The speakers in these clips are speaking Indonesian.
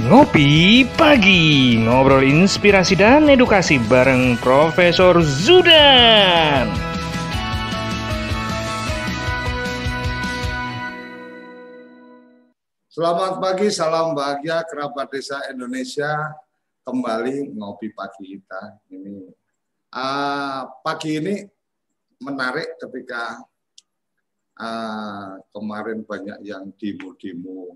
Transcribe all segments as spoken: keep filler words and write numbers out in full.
Ngopi Pagi, ngobrol inspirasi dan edukasi bareng Profesor Zudan. Selamat pagi, salam bahagia kerabat desa Indonesia. Kembali ngopi pagi kita. Ini uh, pagi ini menarik ketika uh, kemarin banyak yang demo-demo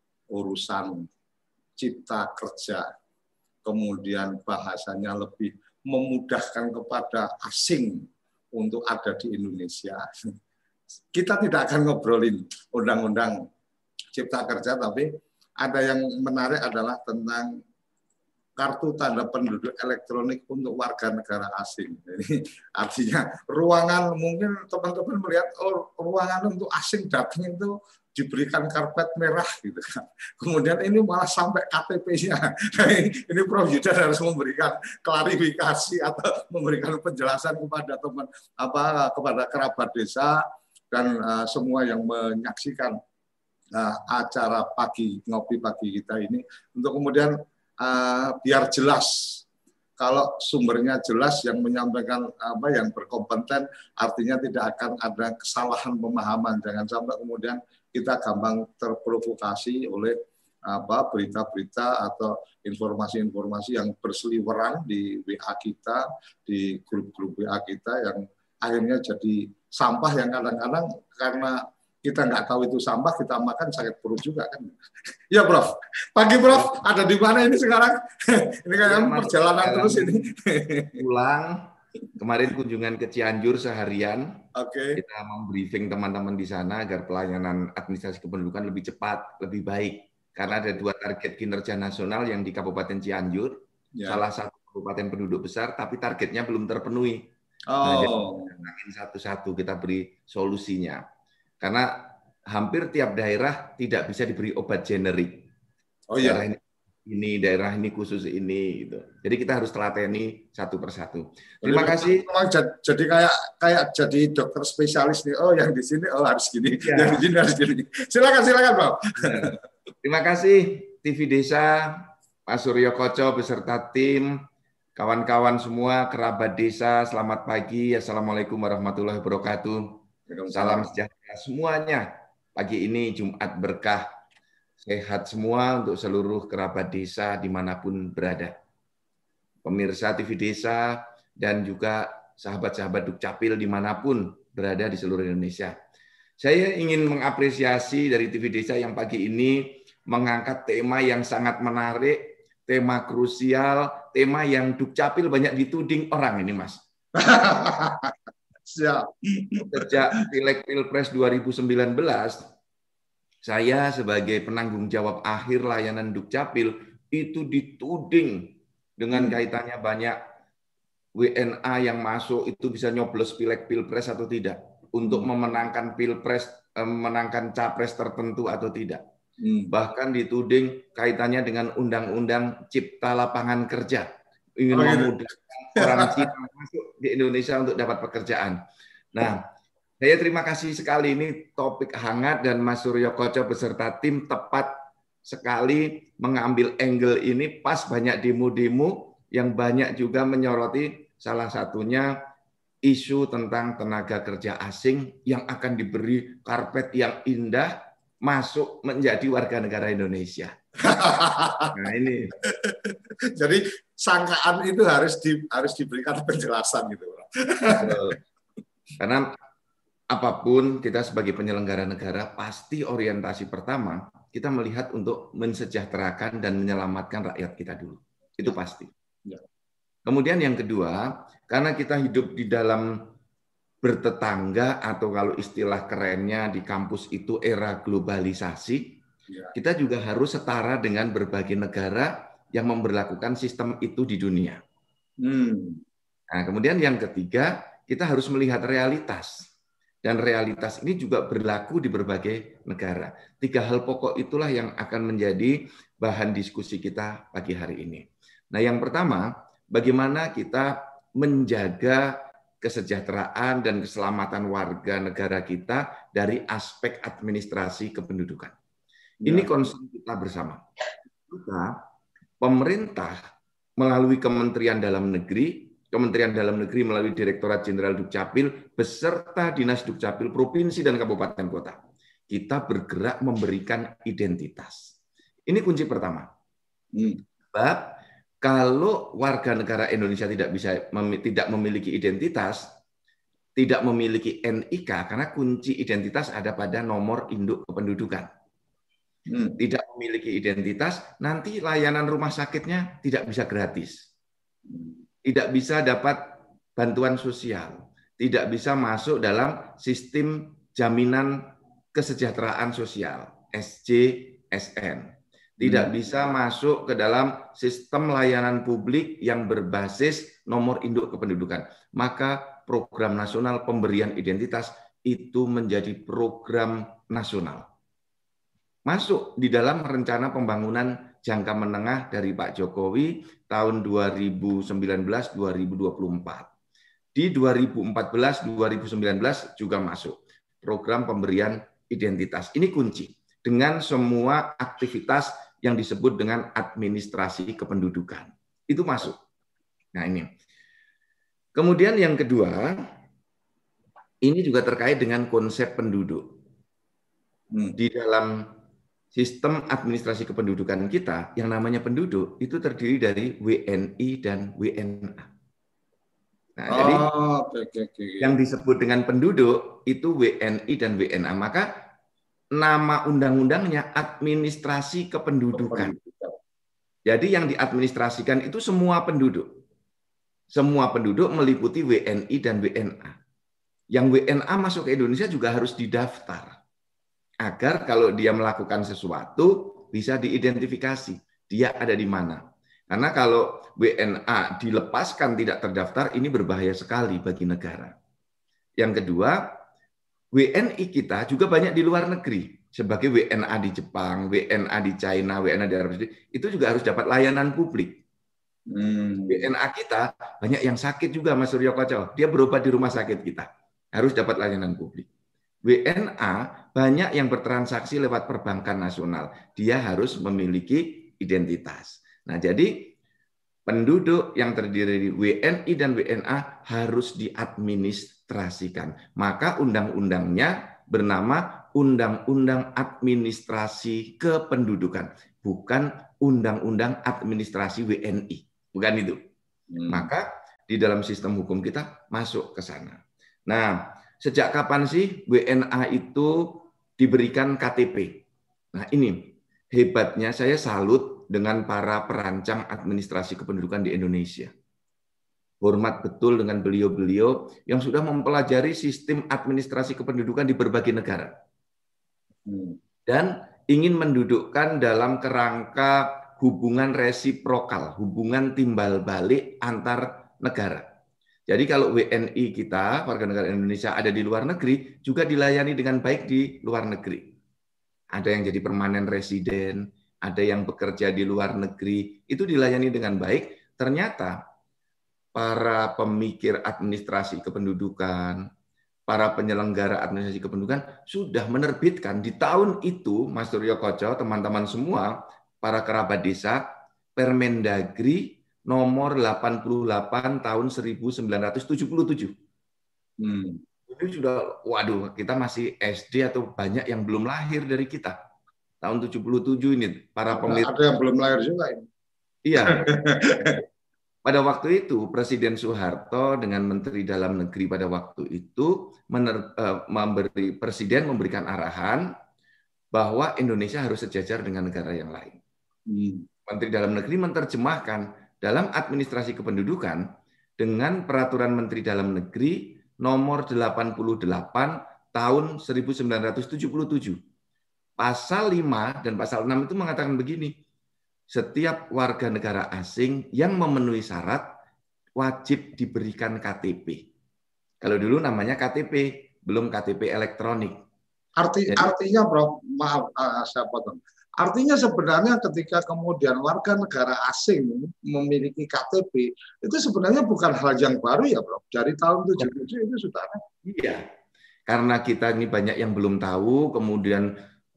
urusan cipta kerja, kemudian bahasanya lebih memudahkan kepada asing untuk ada di Indonesia. Kita tidak akan ngobrolin undang-undang cipta kerja, tapi ada yang menarik adalah tentang kartu tanda penduduk elektronik untuk warga negara asing. Jadi artinya ruangan, mungkin teman-teman melihat oh, ruangan untuk asing datang itu diberikan karpet merah gitu kan. Kemudian ini malah sampai K T P-nya. Ini Prof Yudan harus memberikan klarifikasi atau memberikan penjelasan kepada teman apa kepada kerabat desa dan uh, semua yang menyaksikan uh, acara pagi ngopi pagi kita ini untuk kemudian uh, biar jelas. Kalau sumbernya jelas, yang menyampaikan apa yang berkompeten, artinya tidak akan ada kesalahan pemahaman. Jangan sampai kemudian kita gampang terprovokasi oleh apa berita-berita atau informasi-informasi yang berseliweran di W A kita, di grup-grup W A kita yang akhirnya jadi sampah yang kadang-kadang karena kita nggak tahu itu sampah, kita makan sakit perut juga kan. Ya Prof, pagi Prof, ada di mana ini sekarang? Ini kayak ya, perjalanan terus ini. Pulang, kemarin kunjungan ke Cianjur seharian. Oke. Kita membriefing teman-teman di sana agar pelayanan administrasi kependudukan lebih cepat, lebih baik. Karena ada dua target kinerja nasional yang di Kabupaten Cianjur, ya. Salah satu kabupaten penduduk besar, tapi targetnya belum terpenuhi. Oh. Nah, jadi satu-satu kita beri solusinya. Karena hampir tiap daerah tidak bisa diberi obat generik. Oh iya. Daerah ini, ini daerah ini khusus ini gitu. Jadi kita harus telateni satu persatu. Terima jadi, kasih. Jadi kayak kayak jadi dokter spesialis nih. Oh yang di sini oh harus gini, ya. Yang di sini harus gini. Silakan silakan Bang. Ya. Terima kasih T V Desa, Pak Suryo Koco beserta tim, kawan-kawan semua, kerabat desa, selamat pagi. Assalamualaikum warahmatullahi wabarakatuh. Salam sejahtera semuanya. Pagi ini Jumat berkah. Sehat semua untuk seluruh kerabat desa dimanapun berada. Pemirsa T V Desa dan juga sahabat-sahabat Dukcapil dimanapun berada di seluruh Indonesia. Saya ingin mengapresiasi dari T V Desa yang pagi ini mengangkat tema yang sangat menarik, tema krusial, tema yang Dukcapil banyak dituding orang ini, Mas. Siap. Sejak Pileg Pilpres dua ribu sembilan belas, saya sebagai penanggung jawab akhir layanan Dukcapil itu dituding dengan kaitannya banyak W N A yang masuk itu bisa nyoblos Pileg Pilpres atau tidak, untuk memenangkan Pilpres, memenangkan capres tertentu atau tidak. Hmm. Bahkan dituding kaitannya dengan Undang-Undang Cipta Lapangan Kerja, ingin oh, memudahkan orang Cina masuk di Indonesia untuk dapat pekerjaan. Nah, saya terima kasih sekali, ini topik hangat dan Mas Suryo Koco beserta tim tepat sekali mengambil angle ini, pas banyak demo-demo yang banyak juga menyoroti salah satunya isu tentang tenaga kerja asing yang akan diberi karpet yang indah masuk menjadi warga negara Indonesia. Nah ini. Jadi sangkaan itu harus di, harus diberikan penjelasan gitu. Karena apapun kita sebagai penyelenggara negara pasti orientasi pertama kita melihat untuk mensejahterakan dan menyelamatkan rakyat kita dulu. Itu pasti. Kemudian yang kedua, karena kita hidup di dalam bertetangga atau kalau istilah kerennya di kampus itu era globalisasi, kita juga harus setara dengan berbagai negara yang memberlakukan sistem itu di dunia. Hmm. Nah, kemudian yang ketiga, kita harus melihat realitas. Dan realitas ini juga berlaku di berbagai negara. Tiga hal pokok itulah yang akan menjadi bahan diskusi kita pagi hari ini. Nah, yang pertama, bagaimana kita menjaga kesejahteraan dan keselamatan warga negara kita dari aspek administrasi kependudukan. Ini concern kita bersama. Maka pemerintah melalui Kementerian Dalam Negeri, Kementerian Dalam Negeri melalui Direktorat Jenderal Dukcapil beserta Dinas Dukcapil provinsi dan kabupaten kota, kita bergerak memberikan identitas. Ini kunci pertama. Hmm. Sebab kalau warga negara Indonesia tidak bisa tidak memiliki identitas, tidak memiliki N I K, karena kunci identitas ada pada nomor induk kependudukan. Hmm. Tidak memiliki identitas, nanti layanan rumah sakitnya tidak bisa gratis. Tidak bisa dapat bantuan sosial. Tidak bisa masuk dalam sistem jaminan kesejahteraan sosial, S J S N. Tidak hmm. bisa masuk ke dalam sistem layanan publik yang berbasis nomor induk kependudukan. Maka program nasional pemberian identitas itu menjadi program nasional. Masuk di dalam rencana pembangunan jangka menengah dari Pak Jokowi tahun dua ribu sembilan belas sampai dua ribu dua puluh empat. Di dua ribu empat belas sampai dua ribu sembilan belas juga masuk program pemberian identitas. Ini kunci dengan semua aktivitas yang disebut dengan administrasi kependudukan. Itu masuk. Nah, ini. Kemudian yang kedua, ini juga terkait dengan konsep penduduk. Di dalam sistem administrasi kependudukan kita, yang namanya penduduk, itu terdiri dari W N I dan W N A. Nah, oh, jadi okay, okay, okay. yang disebut dengan penduduk itu W N I dan W N A. Maka nama undang-undangnya administrasi kependudukan. Jadi yang diadministrasikan itu semua penduduk. Semua penduduk meliputi W N I dan W N A. Yang W N A masuk ke Indonesia juga harus didaftar. Agar kalau dia melakukan sesuatu bisa diidentifikasi. Dia ada di mana. Karena kalau W N A dilepaskan tidak terdaftar, ini berbahaya sekali bagi negara. Yang kedua, W N I kita juga banyak di luar negeri. Sebagai W N A di Jepang, W N A di China, W N A di Arab Saudi, itu juga harus dapat layanan publik. Hmm. W N A kita banyak yang sakit juga, Mas Suryo Koco. Dia berobat di rumah sakit kita. Harus dapat layanan publik. W N A banyak yang bertransaksi lewat perbankan nasional. Dia harus memiliki identitas. Nah, jadi penduduk yang terdiri dari W N I dan W N A harus diadministrasikan. Maka undang-undangnya bernama Undang-Undang Administrasi Kependudukan, bukan Undang-Undang Administrasi W N I. Bukan itu. Hmm. Maka di dalam sistem hukum kita masuk ke sana. Nah, sejak kapan sih W N A itu diberikan K T P? Nah, ini hebatnya, saya salut dengan para perancang administrasi kependudukan di Indonesia. Hormat betul dengan beliau-beliau yang sudah mempelajari sistem administrasi kependudukan di berbagai negara. Dan ingin mendudukkan dalam kerangka hubungan resiprokal, hubungan timbal balik antar negara. Jadi kalau W N I kita, warga negara Indonesia ada di luar negeri, juga dilayani dengan baik di luar negeri. Ada yang jadi permanen residen, ada yang bekerja di luar negeri, itu dilayani dengan baik. Ternyata para pemikir administrasi kependudukan, para penyelenggara administrasi kependudukan sudah menerbitkan di tahun itu, Mas Suryo Koco, teman-teman semua, para kerabat desa, Permendagri nomor delapan puluh delapan tahun seribu sembilan ratus tujuh puluh tujuh. Hmm. Itu sudah, waduh, kita masih S D atau banyak yang belum lahir dari kita. Tahun tujuh puluh tujuh ini, para pemirsa. Ada yang belum lahir juga ini. Iya. Pada waktu itu, Presiden Soeharto dengan Menteri Dalam Negeri pada waktu itu, mener, uh, memberi, Presiden memberikan arahan bahwa Indonesia harus sejajar dengan negara yang lain. Hmm. Menteri Dalam Negeri menerjemahkan dalam administrasi kependudukan dengan Peraturan Menteri Dalam Negeri nomor delapan puluh delapan tahun seribu sembilan ratus tujuh puluh tujuh. Pasal lima dan pasal enam itu mengatakan begini, setiap warga negara asing yang memenuhi syarat wajib diberikan K T P. Kalau dulu namanya K T P, belum K T P elektronik. Arti, Jadi, artinya, Bro, maaf, uh, saya potong. Artinya sebenarnya ketika kemudian warga negara asing memiliki K T P, itu sebenarnya bukan hal yang baru ya, Bro. Dari tahun tujuh puluh tujuh itu sudah ada. Iya, karena kita ini banyak yang belum tahu, kemudian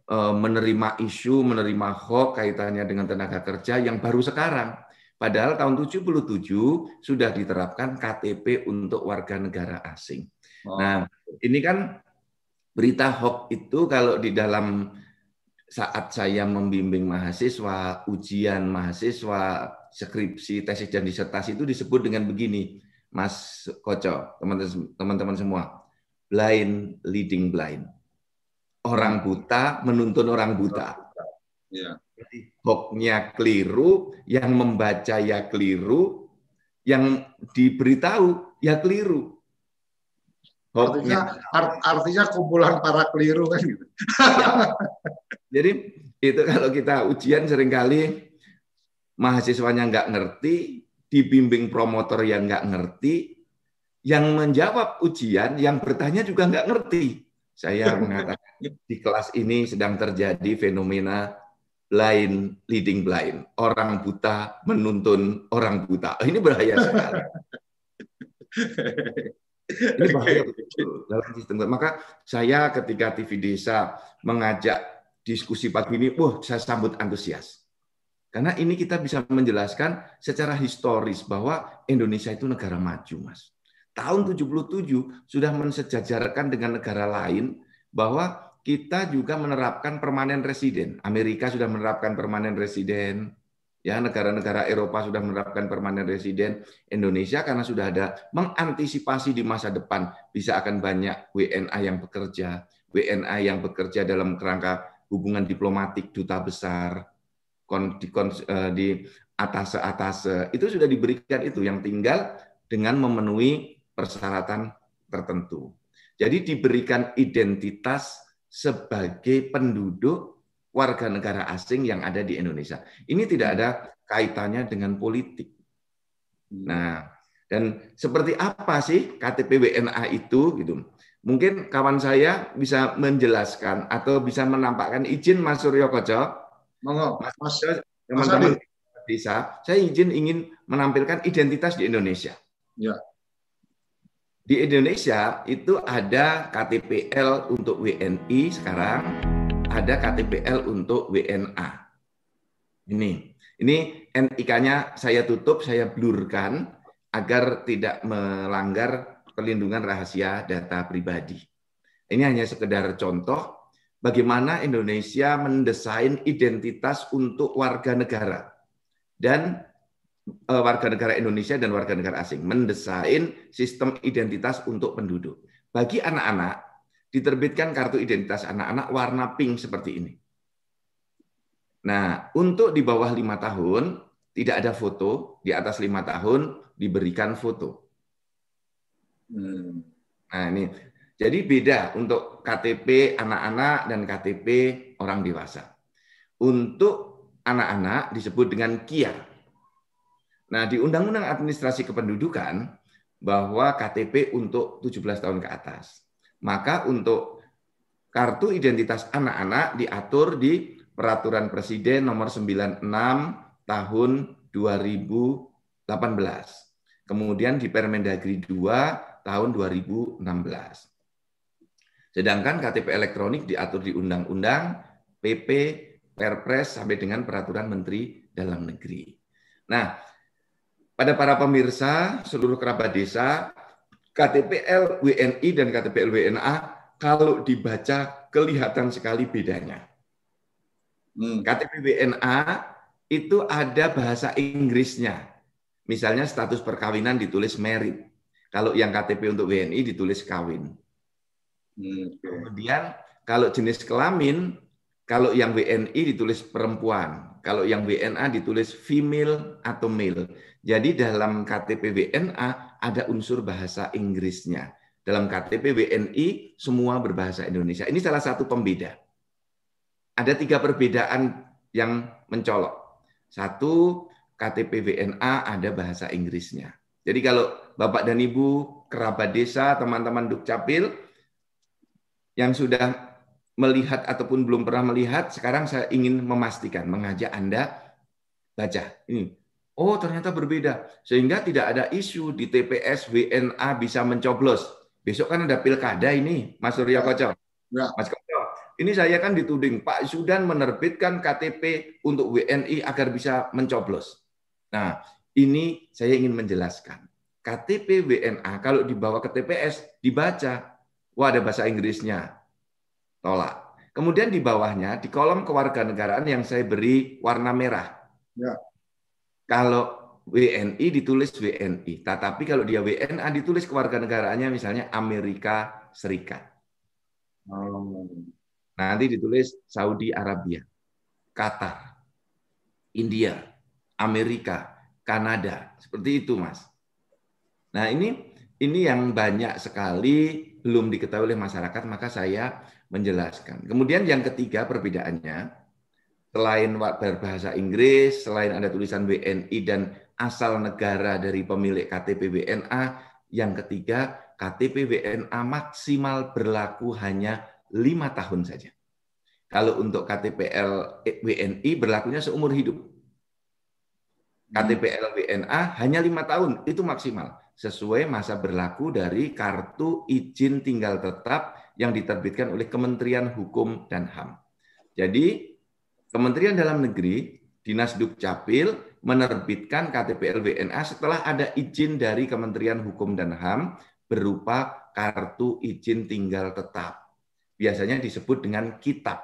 menerima isu, menerima hoax kaitannya dengan tenaga kerja yang baru sekarang. Padahal tahun tujuh puluh tujuh sudah diterapkan K T P untuk warga negara asing. Oh. Nah, ini kan berita hoax itu kalau di dalam saat saya membimbing mahasiswa, ujian mahasiswa, skripsi, tesis dan disertasi itu disebut dengan begini, Mas Koco, teman-teman semua. Blind leading blind. Orang buta menuntun orang buta. Ya. Jadi hoax-nya keliru, yang membaca ya keliru, yang diberitahu ya keliru. Artinya, art, artinya kumpulan para keliru kan gitu. Ya. Jadi itu kalau kita ujian seringkali mahasiswanya nggak ngerti, dibimbing promotor yang nggak ngerti, yang menjawab ujian, yang bertanya juga nggak ngerti. Saya mengatakan di kelas ini sedang terjadi fenomena blind leading blind. Orang buta menuntun orang buta. Ini bahaya sekali. Ini bahaya betul dalam sistem. Maka saya ketika T V Desa mengajak diskusi pagi ini, wah saya sambut antusias. Karena ini kita bisa menjelaskan secara historis bahwa Indonesia itu negara maju, Mas. Tahun tujuh puluh tujuh sudah mensejajarkan dengan negara lain bahwa kita juga menerapkan permanen residen. Amerika sudah menerapkan permanen residen, ya negara-negara Eropa sudah menerapkan permanen residen. Indonesia karena sudah ada mengantisipasi di masa depan bisa akan banyak W N A yang bekerja, W N A yang bekerja dalam kerangka hubungan diplomatik duta besar di, di atase-atase itu sudah diberikan itu, yang tinggal dengan memenuhi persyaratan tertentu. Jadi diberikan identitas sebagai penduduk warga negara asing yang ada di Indonesia. Ini tidak ada kaitannya dengan politik. Nah, dan seperti apa sih K T P W N A itu gitu? Mungkin kawan saya bisa menjelaskan atau bisa menampakkan. Izin Mas Suryo Koco. Monggo, Mas, teman-teman desa, saya izin ingin menampilkan identitas di Indonesia. Ya. Di Indonesia itu ada K T P L untuk W N I sekarang, ada K T P L untuk W N A. Ini, ini N I K-nya saya tutup, saya blurkan agar tidak melanggar perlindungan rahasia data pribadi. Ini hanya sekedar contoh bagaimana Indonesia mendesain identitas untuk warga negara dan warga negara Indonesia dan warga negara asing, mendesain sistem identitas untuk penduduk. Bagi anak-anak, diterbitkan kartu identitas anak-anak warna pink seperti ini. Nah, untuk di bawah lima tahun, tidak ada foto, di atas lima tahun diberikan foto. Hmm. Nah, ini. Jadi beda untuk K T P anak-anak dan K T P orang dewasa. Untuk anak-anak disebut dengan K I A. Nah, di Undang-Undang Administrasi Kependudukan bahwa K T P untuk tujuh belas tahun ke atas. Maka untuk kartu identitas anak-anak diatur di Peraturan Presiden nomor sembilan puluh enam tahun dua ribu delapan belas. Kemudian di Permendagri dua tahun dua ribu enam belas. Sedangkan K T P elektronik diatur di Undang-Undang, P P, Perpres sampai dengan Peraturan Menteri Dalam Negeri. Nah, pada para pemirsa, seluruh kerabat desa, K T P L W N I dan K T P L W N A kalau dibaca kelihatan sekali bedanya. Hmm. K T P W N A itu ada bahasa Inggrisnya. Misalnya status perkawinan ditulis married. Kalau yang K T P untuk W N I ditulis kawin. Hmm. Kemudian kalau jenis kelamin, kalau yang W N I ditulis perempuan. Kalau yang W N A ditulis female atau male. Jadi dalam K T P W N A ada unsur bahasa Inggrisnya. Dalam K T P W N I semua berbahasa Indonesia. Ini salah satu pembeda. Ada tiga perbedaan yang mencolok. Satu, K T P W N A ada bahasa Inggrisnya. Jadi kalau Bapak dan Ibu, kerabat desa, teman-teman Dukcapil yang sudah melihat ataupun belum pernah melihat, sekarang saya ingin memastikan, mengajak Anda baca. Ini. Oh, ternyata berbeda. Sehingga tidak ada isu di T P S W N A bisa mencoblos. Besok kan ada pilkada ini, Mas Suryo Koco. Ya. Mas Koco. ini saya kan dituding Pak Zudan menerbitkan K T P untuk W N I agar bisa mencoblos. Nah, ini saya ingin menjelaskan. K T P W N A kalau dibawa ke T P S dibaca, wah ada bahasa Inggrisnya, tolak. Kemudian di bawahnya di kolom kewarganegaraan yang saya beri warna merah. Ya. Kalau W N I ditulis W N I, tetapi kalau dia W N A ditulis kewarganegaraannya misalnya Amerika Serikat. Oh. Nanti ditulis Saudi Arabia, Qatar, India, Amerika, Kanada, seperti itu, Mas. Nah, ini ini yang banyak sekali belum diketahui oleh masyarakat, maka saya menjelaskan. Kemudian yang ketiga perbedaannya, selain berbahasa Inggris, selain ada tulisan W N I dan asal negara dari pemilik K T P W N A, yang ketiga K T P W N A maksimal berlaku hanya lima tahun saja. Kalau untuk K T P L W N I berlakunya seumur hidup. K T P L W N A hanya lima tahun, itu maksimal. Sesuai masa berlaku dari kartu izin tinggal tetap yang diterbitkan oleh Kementerian Hukum dan H A M. Jadi, Kementerian Dalam Negeri, Dinas Dukcapil, menerbitkan K T P L W N A setelah ada izin dari Kementerian Hukum dan H A M berupa kartu izin tinggal tetap. Biasanya disebut dengan kitab.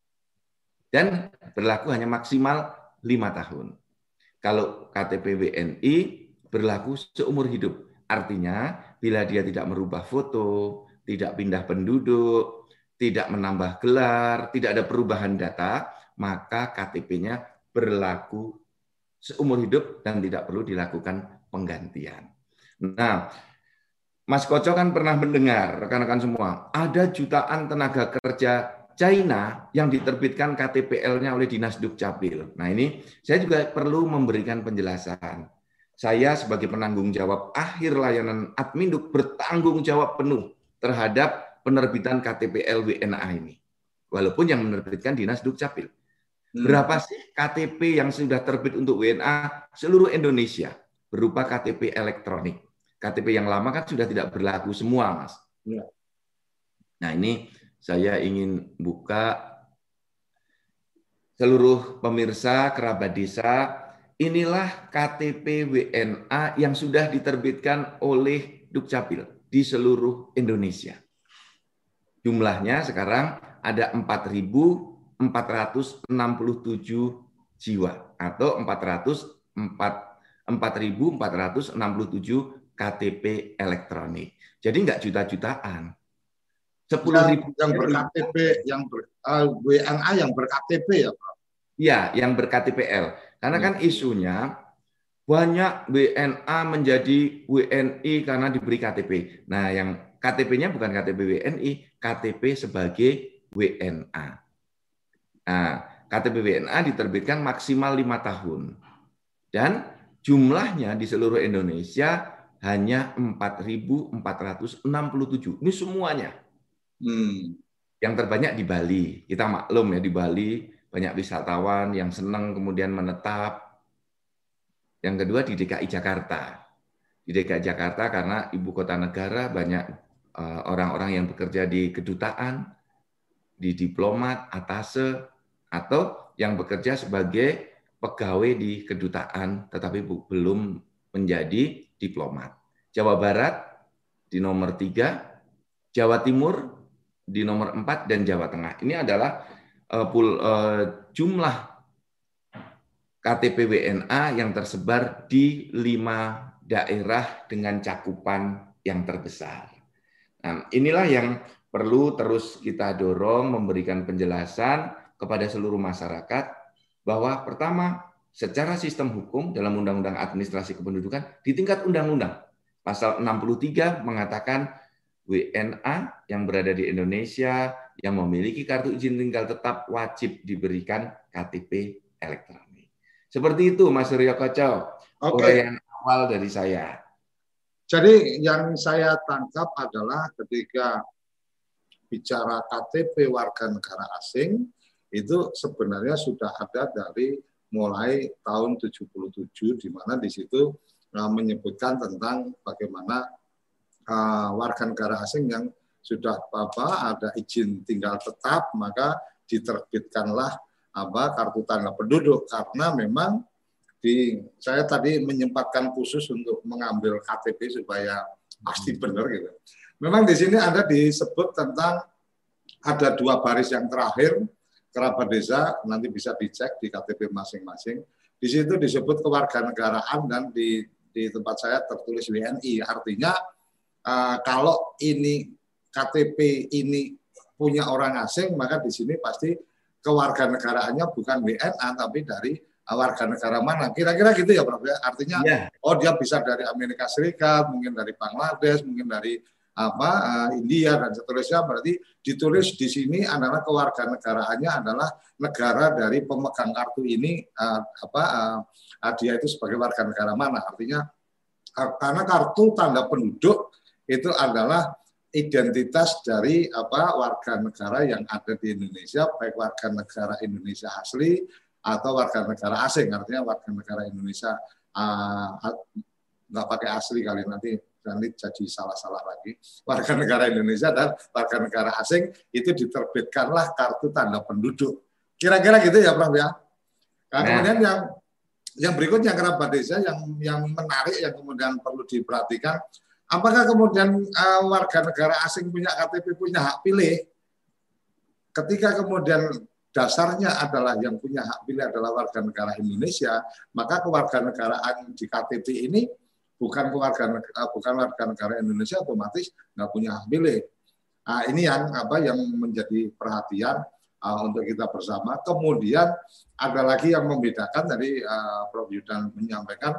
Dan berlaku hanya maksimal lima tahun. Kalau K T P W N I berlaku seumur hidup. Artinya, bila dia tidak merubah foto, tidak pindah penduduk, tidak menambah gelar, tidak ada perubahan data, maka K T P-nya berlaku seumur hidup dan tidak perlu dilakukan penggantian. Nah, Mas Koco kan pernah mendengar, rekan-rekan semua, ada jutaan tenaga kerja China yang diterbitkan K T P L-nya oleh Dinas Dukcapil. Nah, ini saya juga perlu memberikan penjelasan. Saya sebagai penanggung jawab akhir layanan Adminduk bertanggung jawab penuh terhadap penerbitan K T P L W N A ini. Walaupun yang menerbitkan Dinas Dukcapil. Berapa sih K T P yang sudah terbit untuk W N A seluruh Indonesia berupa K T P elektronik? K T P yang lama kan sudah tidak berlaku semua, Mas. Ya. Nah, ini saya ingin buka seluruh pemirsa, kerabat desa, inilah K T P W N A yang sudah diterbitkan oleh Dukcapil di seluruh Indonesia. Jumlahnya sekarang ada empat ribu empat ratus enam puluh tujuh jiwa atau empat ribu empat ratus enam puluh tujuh K T P elektronik. Jadi enggak juta-jutaan. sepuluh ribu yang, yang ber-K T P, yang ber, uh, W N A yang ber-K T P ya, Pak? Iya, yang ber-K T P L. Karena kan isunya banyak W N A menjadi W N I karena diberi K T P. Nah, yang K T P-nya bukan K T P W N I, K T P sebagai W N A. Nah, K T P W N A diterbitkan maksimal lima tahun. Dan jumlahnya di seluruh Indonesia hanya empat ribu empat ratus enam puluh tujuh. Ini semuanya. Hmm. Yang terbanyak di Bali. Kita maklum ya, di Bali banyak wisatawan yang senang kemudian menetap. Yang kedua di D K I Jakarta. Di D K I Jakarta karena ibu kota negara banyak orang-orang yang bekerja di kedutaan, di diplomat, atase, atau yang bekerja sebagai pegawai di kedutaan tetapi belum menjadi diplomat. Jawa Barat di nomor tiga, Jawa Timur di nomor empat, dan Jawa Tengah. Ini adalah uh, pul, uh, jumlah K T P W N A yang tersebar di lima daerah dengan cakupan yang terbesar. Nah, inilah yang perlu terus kita dorong, memberikan penjelasan kepada seluruh masyarakat bahwa pertama, secara sistem hukum dalam Undang-Undang Administrasi Kependudukan di tingkat undang-undang pasal enam puluh tiga mengatakan W N A yang berada di Indonesia yang memiliki kartu izin tinggal tetap wajib diberikan K T P elektronik. Seperti itu, Mas Suryo Koco. Oke. Uraian awal dari saya. Jadi yang saya tangkap adalah ketika bicara K T P warga negara asing itu sebenarnya sudah ada dari mulai tahun tujuh puluh tujuh, di mana di situ uh, menyebutkan tentang bagaimana uh, warga negara asing yang sudah apa ada izin tinggal tetap, maka diterbitkanlah apa kartu tanda penduduk, karena memang di saya tadi menyempatkan khusus untuk mengambil K T P supaya pasti benar gitu. Memang di sini ada disebut tentang ada dua baris yang terakhir kerabat desa, nanti bisa dicek di K T P masing-masing. Di situ disebut kewarganegaraan dan di di tempat saya tertulis W N I. Artinya uh, kalau ini K T P ini punya orang asing, maka di sini pasti kewarganegaraannya bukan W N A tapi dari warga negara mana. Kira-kira gitu ya Prof ya. Artinya yeah. oh dia bisa dari Amerika Serikat, mungkin dari Bangladesh, mungkin dari apa uh, India dan seterusnya. Berarti ditulis di sini adalah kewarganegaraannya adalah negara dari pemegang kartu ini uh, apa uh, dia itu sebagai warga negara mana. Artinya uh, karena kartu tanda penduduk itu adalah identitas dari apa warga negara yang ada di Indonesia, baik warga negara Indonesia asli atau warga negara asing. Artinya warga negara Indonesia uh, nggak pakai asli kali, nanti nanti jadi salah-salah lagi. Warga negara Indonesia dan warga negara asing itu diterbitkanlah kartu tanda penduduk. Kira-kira gitu ya Prof ya. Nah, nah. Kemudian yang yang berikutnya kerabat desa yang yang menarik yang kemudian perlu diperhatikan, apakah kemudian uh, warga negara asing punya K T P, punya hak pilih? Ketika kemudian dasarnya adalah yang punya hak pilih adalah warga negara Indonesia, maka kewarganegaraan di K T P ini bukan keluarga bukan warga negara Indonesia, otomatis nggak punya hak pilih. Nah, ini yang apa yang menjadi perhatian uh, untuk kita bersama. Kemudian ada lagi yang membedakan, tadi uh, Prof Yudan menyampaikan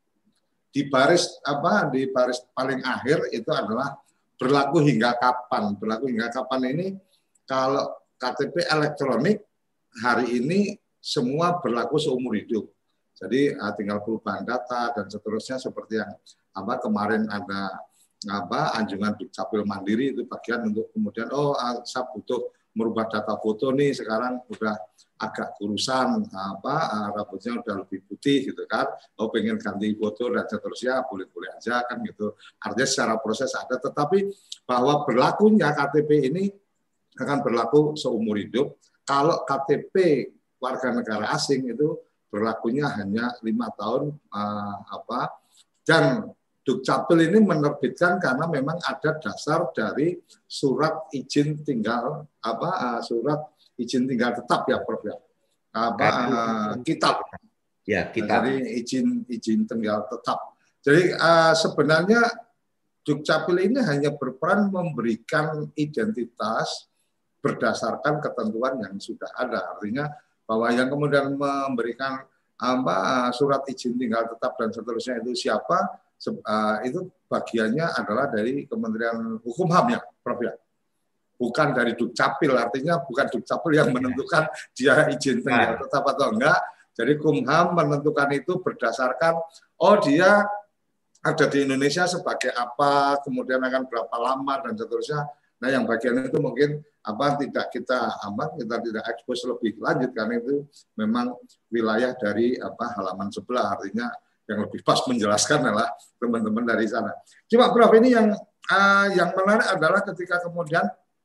di baris apa di baris paling akhir itu adalah berlaku hingga kapan. Berlaku hingga kapan ini kalau K T P elektronik hari ini semua berlaku seumur hidup. Jadi uh, tinggal perubahan data dan seterusnya seperti yang apa kemarin ada apa anjungan Dukcapil Mandiri itu bagian untuk kemudian oh uh, saya butuh merubah data foto nih, sekarang udah agak kurusan apa uh, rambutnya udah lebih putih gitu kan. Oh pengen ganti foto dan seterusnya boleh-boleh aja kan gitu. Artinya secara proses ada, tetapi bahwa berlakunya K T P ini akan berlaku seumur hidup. Kalau K T P warga negara asing itu berlakunya hanya lima tahun uh, apa dan Dukcapil ini menerbitkan karena memang ada dasar dari surat izin tinggal apa uh, surat izin tinggal tetap ya Prof ya. Apa uh, kitab. Ya, kitab. Jadi izin izin tinggal tetap. Jadi uh, sebenarnya Dukcapil ini hanya berperan memberikan identitas berdasarkan ketentuan yang sudah ada. Artinya bahwa yang kemudian memberikan apa surat izin tinggal tetap dan seterusnya itu siapa, itu bagiannya adalah dari Kementerian Hukum H A M ya Prof ya. Bukan dari Dukcapil, artinya bukan Dukcapil yang menentukan dia izin tinggal tetap atau enggak. Jadi Hukum H A M menentukan itu berdasarkan oh dia ada di Indonesia sebagai apa, kemudian akan berapa lama dan seterusnya. Nah, yang bagian itu mungkin apa tidak kita apa kita tidak ekspos lebih lanjut karena itu memang wilayah dari apa halaman sebelah, artinya yang lebih pas menjelaskan adalah teman-teman dari sana. Cuma Prof ini yang uh, yang menarik adalah ketika kemudian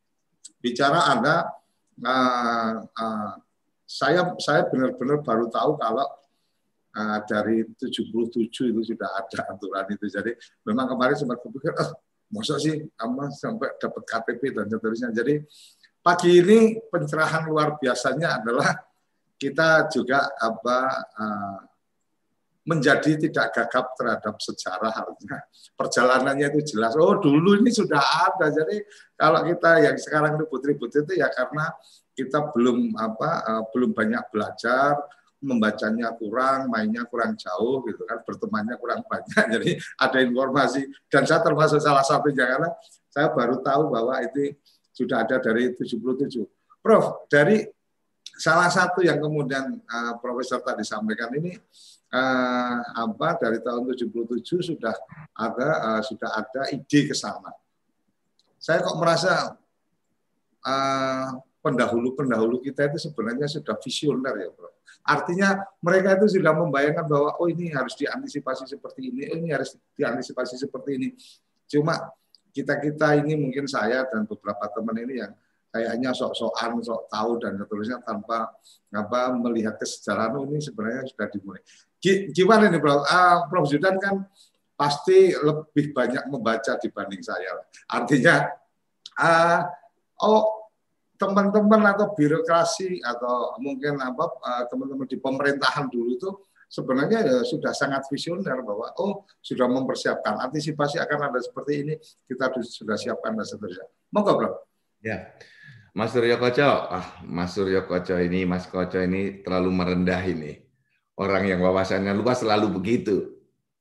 bicara ada uh, uh, saya saya benar-benar baru tahu kalau uh, dari tujuh puluh tujuh itu sudah ada aturan itu. Jadi memang kemarin sempat berpikir oh, masa sih ama sampai dapat K T P dan seterusnya. Jadi pagi ini pencerahan luar biasanya adalah kita juga apa uh, menjadi tidak gagap terhadap sejarah, artinya perjalanannya itu jelas. Oh dulu ini sudah ada. Jadi kalau kita yang sekarang ribut-ribut itu ya karena kita belum apa uh, belum banyak belajar, membacanya kurang, mainnya kurang jauh gitu kan, bertemannya kurang banyak. Jadi ada informasi dan saya termasuk salah satunya karena saya baru tahu bahwa itu sudah ada dari tujuh puluh tujuh. Prof, dari salah satu yang kemudian uh, Profesor tadi sampaikan ini uh, apa dari tahun tujuh puluh tujuh sudah ada uh, sudah ada ide ke sana. Saya kok merasa uh, pendahulu-pendahulu kita itu sebenarnya sudah visioner ya, Prof. Artinya mereka itu sudah membayangkan bahwa oh ini harus diantisipasi seperti ini, ini harus diantisipasi seperti ini. Cuma kita-kita ini mungkin saya dan beberapa teman ini yang kayaknya sok-sokan, sok tahu dan seterusnya tanpa apa melihat kesejarahan ini sebenarnya sudah dimulai. Gimana nih Prof? Uh, Prof Zudan kan pasti lebih banyak membaca dibanding saya. Artinya, uh, oh teman-teman atau birokrasi atau mungkin apa teman-teman di pemerintahan dulu itu sebenarnya ya sudah sangat visioner bahwa oh sudah mempersiapkan antisipasi akan ada seperti ini, kita sudah siapkan dan seterusnya. Monggo Bro. Ya, Mas Suryo Koco, ah Mas Suryo Koco ini, Mas Koco ini terlalu merendah ini. Orang yang wawasannya luas selalu begitu.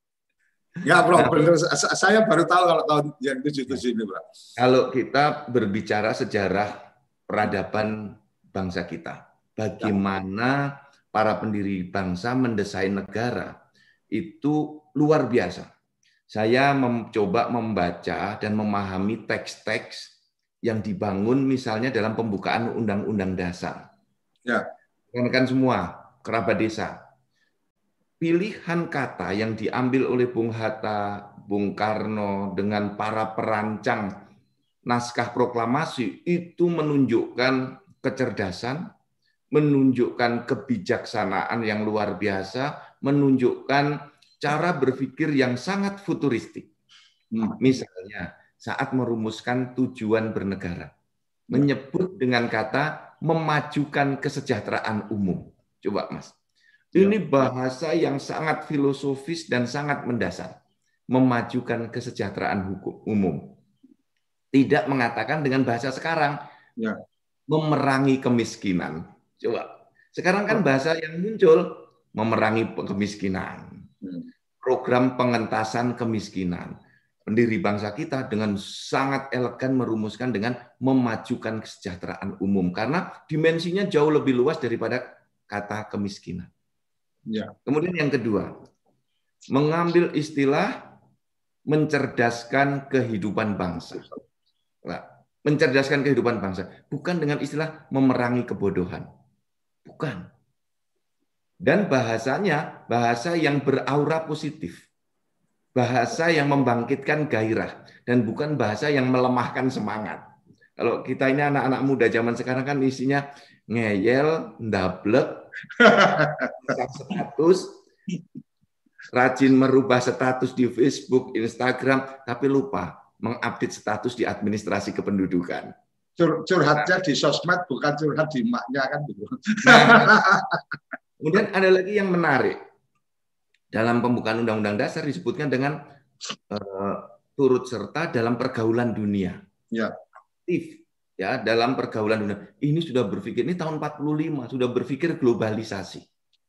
Ya Bro, nah, benar. Saya baru tahu kalau tahun yang tujuh puluh tujuh ini Bro. Kalau kita berbicara sejarah peradaban bangsa kita, bagaimana para pendiri bangsa mendesain negara, itu luar biasa. Saya mencoba membaca dan memahami teks-teks yang dibangun misalnya dalam pembukaan Undang-Undang Dasar. Ya. Kan semua kerabat desa. Pilihan kata yang diambil oleh Bung Hatta, Bung Karno dengan para perancang naskah proklamasi itu menunjukkan kecerdasan, menunjukkan kebijaksanaan yang luar biasa, menunjukkan cara berpikir yang sangat futuristik. Misalnya saat merumuskan tujuan bernegara, menyebut dengan kata memajukan kesejahteraan umum. Coba Mas, ini bahasa yang sangat filosofis dan sangat mendasar. Memajukan kesejahteraan hukum umum. Tidak mengatakan dengan bahasa sekarang, ya. Memerangi kemiskinan. Coba, sekarang kan bahasa yang muncul, memerangi kemiskinan. Program pengentasan kemiskinan. Pendiri bangsa kita dengan sangat elegan merumuskan dengan memajukan kesejahteraan umum. Karena dimensinya jauh lebih luas daripada kata kemiskinan. Ya. Kemudian yang kedua, mengambil istilah mencerdaskan kehidupan bangsa. Nah, mencerdaskan kehidupan bangsa bukan dengan istilah memerangi kebodohan, bukan. Dan bahasanya bahasa yang beraura positif, bahasa yang membangkitkan gairah, dan bukan bahasa yang melemahkan semangat. Kalau kita ini anak-anak muda zaman sekarang kan isinya ngeyel, ndablek, status, rajin merubah status di Facebook, Instagram, tapi lupa mengupdate status di administrasi kependudukan. Cur curhatnya di sosmed, bukan curhat di maknya kan gitu. Nah, kemudian ada lagi yang menarik. Dalam pembukaan Undang-Undang Dasar disebutkan dengan uh, turut serta dalam pergaulan dunia. Ya. Aktif ya dalam pergaulan dunia. Ini sudah berpikir, ini tahun empat puluh lima sudah berpikir globalisasi.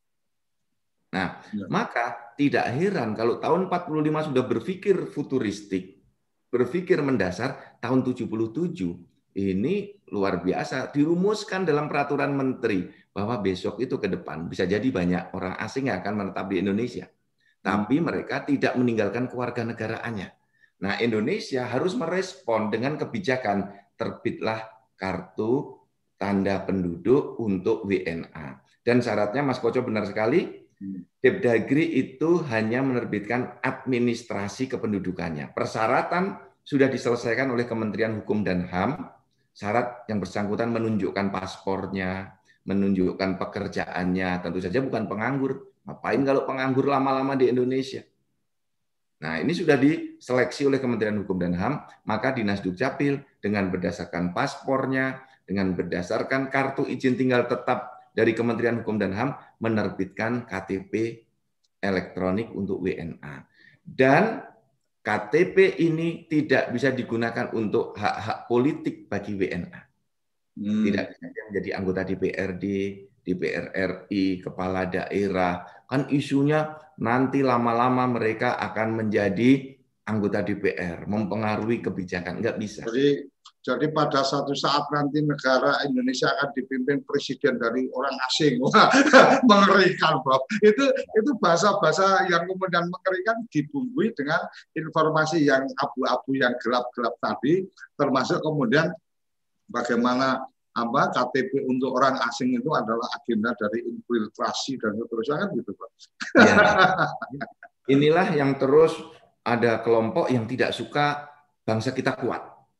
Nah, ya. Maka tidak heran kalau tahun empat puluh lima sudah berpikir futuristik, berpikir mendasar, tahun tujuh puluh tujuh ini luar biasa dirumuskan dalam peraturan menteri bahwa besok itu ke depan bisa jadi banyak orang asing yang akan menetap di Indonesia. Tapi mereka tidak meninggalkan kewarganegaraannya. Nah, Indonesia harus merespon dengan kebijakan terbitlah kartu tanda penduduk untuk W N A. Dan syaratnya Mas Koco benar sekali, Depdagri itu hanya menerbitkan administrasi kependudukannya. Persyaratan sudah diselesaikan oleh Kementerian Hukum dan H A M. Syarat yang bersangkutan menunjukkan paspornya, menunjukkan pekerjaannya, tentu saja bukan penganggur. Ngapain kalau penganggur lama-lama di Indonesia? Nah, ini sudah diseleksi oleh Kementerian Hukum dan H A M, maka Dinas Dukcapil dengan berdasarkan paspornya, dengan berdasarkan kartu izin tinggal tetap dari Kementerian Hukum dan H A M, menerbitkan K T P elektronik untuk W N A. Dan K T P ini tidak bisa digunakan untuk hak-hak politik bagi W N A. Hmm. Tidak bisa menjadi anggota D P R D, D P R R I, kepala daerah. Kan isunya nanti lama-lama mereka akan menjadi anggota D P R, mempengaruhi kebijakan. Enggak bisa. Jadi, jadi pada suatu saat nanti negara Indonesia akan dipimpin presiden dari orang asing. Wah, mengerikan, Bob. Itu itu bahasa-bahasa yang kemudian mengerikan dibumbui dengan informasi yang abu-abu, yang gelap-gelap tadi, termasuk kemudian bagaimana apa K T P untuk orang asing itu adalah agenda dari infiltrasi dan seterusnya kan gitu, Pak. Ya. Inilah yang terus ada kelompok yang tidak suka bangsa kita kuat.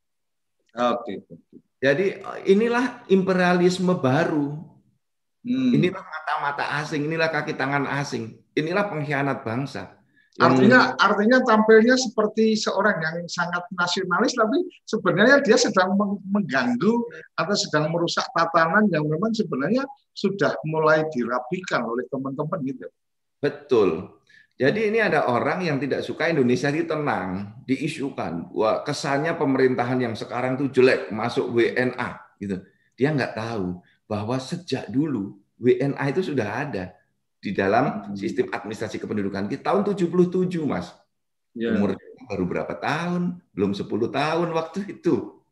Oke. Jadi inilah imperialisme baru. Hmm. Inilah mata-mata asing, inilah kaki tangan asing, inilah pengkhianat bangsa. Yang... Artinya, artinya tampilnya seperti seorang yang sangat nasionalis, tapi sebenarnya dia sedang mengganggu atau sedang merusak tatanan yang memang sebenarnya sudah mulai dirapikan oleh teman-teman gitu. Betul. Jadi ini ada orang yang tidak suka Indonesia ini tenang, diisukan. Wah, kesannya pemerintahan yang sekarang tuh jelek, masuk W N A gitu. Dia nggak tahu bahwa sejak dulu W N A itu sudah ada di dalam sistem administrasi kependudukan kita tahun tujuh puluh tujuh, Mas. Yeah. Umur baru berapa tahun? Belum sepuluh tahun waktu itu.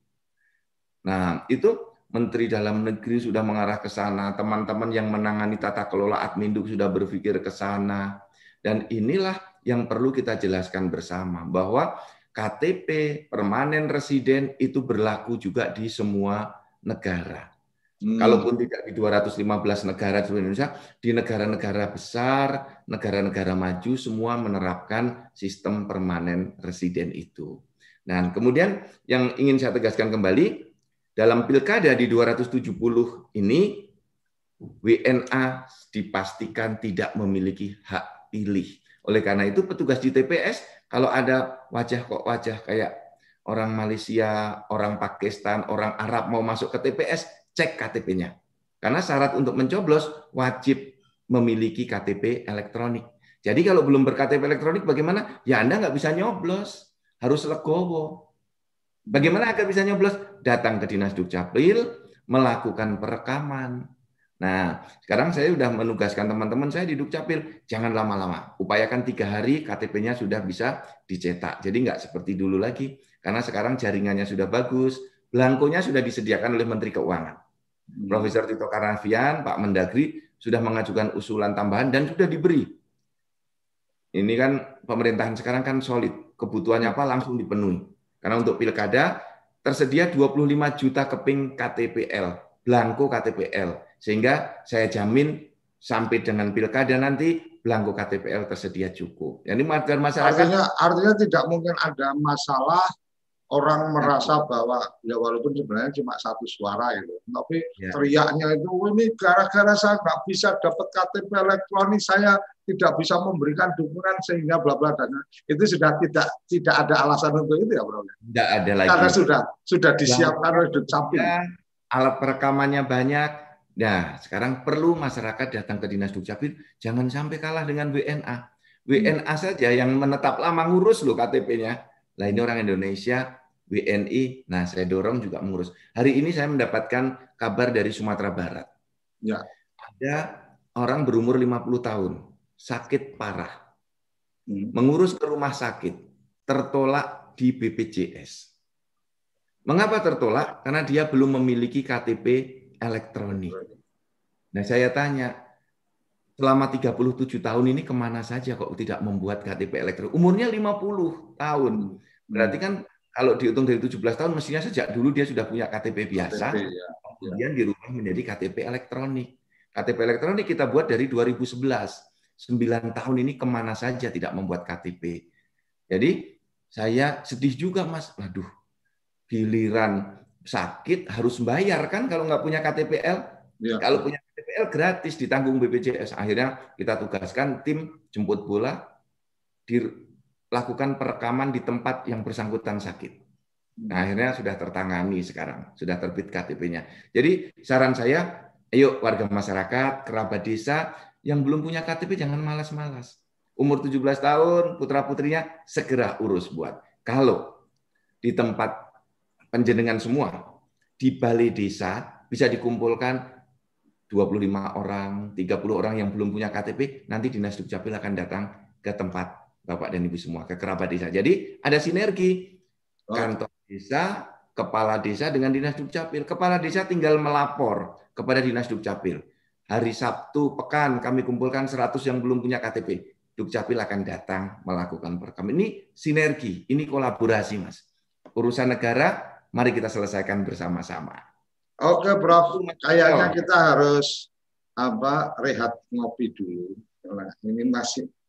Nah, itu Menteri Dalam Negeri sudah mengarah ke sana, teman-teman yang menangani tata kelola Adminduk sudah berpikir ke sana. Dan inilah yang perlu kita jelaskan bersama, bahwa K T P permanen residen itu berlaku juga di semua negara. Hmm. Kalaupun tidak di dua ratus lima belas negara di Indonesia, di negara-negara besar, negara-negara maju, semua menerapkan sistem permanen residen itu. Dan kemudian yang ingin saya tegaskan kembali, dalam pilkada di dua ratus tujuh puluh ini, W N A dipastikan tidak memiliki hak pilih. Oleh karena itu, petugas di T P S, kalau ada wajah kok wajah kayak orang Malaysia, orang Pakistan, orang Arab mau masuk ke T P S, cek K T P-nya. Karena syarat untuk mencoblos wajib memiliki K T P elektronik. Jadi kalau belum ber-K T P elektronik bagaimana? Ya Anda nggak bisa nyoblos. Harus legowo. Bagaimana agar bisa nyoblos? Datang ke Dinas Dukcapil, melakukan perekaman. Nah, sekarang saya sudah menugaskan teman-teman saya di Dukcapil, jangan lama-lama. Upayakan tiga hari K T P-nya sudah bisa dicetak. Jadi nggak seperti dulu lagi. Karena sekarang jaringannya sudah bagus, belangkonya sudah disediakan oleh Menteri Keuangan. Profesor Tito Karnavian, Pak Mendagri sudah mengajukan usulan tambahan dan sudah diberi. Ini kan pemerintahan sekarang kan solid, kebutuhannya apa langsung dipenuhi. Karena untuk pilkada tersedia dua puluh lima juta keping K T P L, belangko K T P L. Sehingga saya jamin sampai dengan pilkada nanti belangko K T P L tersedia cukup. Jadi agar masyarakat artinya artinya tidak mungkin ada masalah orang merasa bahwa ya walaupun sebenarnya cuma satu suara itu, tapi ya. Teriaknya itu ini gara-gara saya nggak bisa dapat K T P elektronik, saya tidak bisa memberikan dukungan sehingga bla bla dan itu sudah tidak tidak ada alasan untuk itu ya, Bro. Tidak ada lagi. Karena sudah sudah disiapkan oleh Dukcapil. Alat perekamannya banyak. Nah, sekarang perlu masyarakat datang ke Dinas Dukcapil, jangan sampai kalah dengan W N A. W N A saja yang menetap lama ngurus loh K T P-nya. Lah ini orang Indonesia, W N I, nah saya dorong juga mengurus. Hari ini saya mendapatkan kabar dari Sumatera Barat. Ya. Ada orang berumur lima puluh tahun, sakit parah. Mengurus ke rumah sakit, tertolak di B P J S. Mengapa tertolak? Karena dia belum memiliki K T P elektronik. Nah saya tanya, selama tiga puluh tujuh tahun ini kemana saja kok tidak membuat K T P elektronik? Umurnya lima puluh tahun. Berarti kan kalau dihitung dari tujuh belas tahun, mestinya sejak dulu dia sudah punya K T P biasa, K T P, ya. Kemudian dirubah menjadi K T P elektronik. K T P elektronik kita buat dari dua ribu sebelas. sembilan tahun ini kemana saja tidak membuat K T P. Jadi saya sedih juga, Mas. Waduh, giliran sakit harus bayar kan kalau nggak punya K T P L. Ya. Kalau punya K T P L gratis ditanggung B P J S. Akhirnya kita tugaskan tim jemput bola, dilakukan perekaman di tempat yang bersangkutan sakit. Nah, akhirnya sudah tertangani sekarang, sudah terbit K T P-nya. Jadi saran saya, ayo warga masyarakat, kerabat desa yang belum punya K T P jangan malas-malas. Umur tujuh belas tahun, putra-putrinya segera urus buat. Kalau di tempat penjenengan semua, di balai desa bisa dikumpulkan dua puluh lima orang, tiga puluh orang yang belum punya K T P, nanti Dinas Dukcapil akan datang ke tempat Bapak dan Ibu semua, ke kerabat desa. Jadi ada sinergi kantor desa, kepala desa dengan Dinas Dukcapil. Kepala desa tinggal melapor kepada Dinas Dukcapil. Hari Sabtu pekan kami kumpulkan seratus yang belum punya K T P. Dukcapil akan datang melakukan perekaman. Ini sinergi, ini kolaborasi, Mas. Urusan negara, mari kita selesaikan bersama-sama. Oke, Prof. Kayaknya kita harus apa rehat ngopi dulu. Nah, ini masih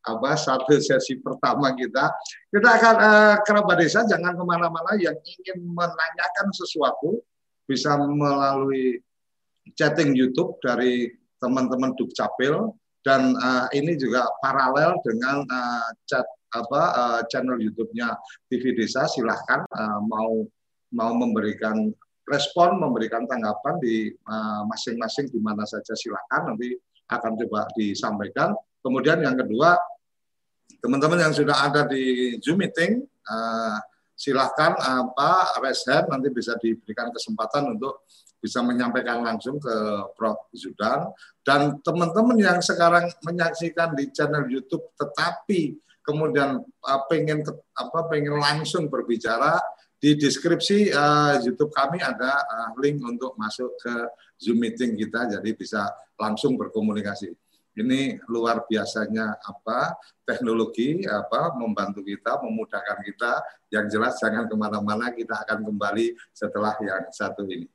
apa satu sesi pertama kita. Kita akan uh, kerabat desa jangan kemana-mana, yang ingin menanyakan sesuatu bisa melalui chatting YouTube dari teman-teman Dukcapil, dan uh, ini juga paralel dengan uh, chat apa uh, channel YouTube-nya T V Desa. Silahkan uh, mau mau memberikan respon, memberikan tanggapan di masing-masing uh, di mana saja, silahkan, nanti akan coba disampaikan. Kemudian yang kedua, teman-teman yang sudah ada di Zoom meeting, uh, silahkan apa raise hand, nanti bisa diberikan kesempatan untuk bisa menyampaikan langsung ke Prof Zudan. Dan teman-teman yang sekarang menyaksikan di channel YouTube tetapi kemudian uh, pengen apa pengen langsung berbicara, di deskripsi uh, YouTube kami ada uh, link untuk masuk ke Zoom meeting kita, jadi bisa langsung berkomunikasi. Ini luar biasanya apa teknologi apa membantu kita, memudahkan kita. Yang jelas jangan kemana-mana, kita akan kembali setelah yang satu ini.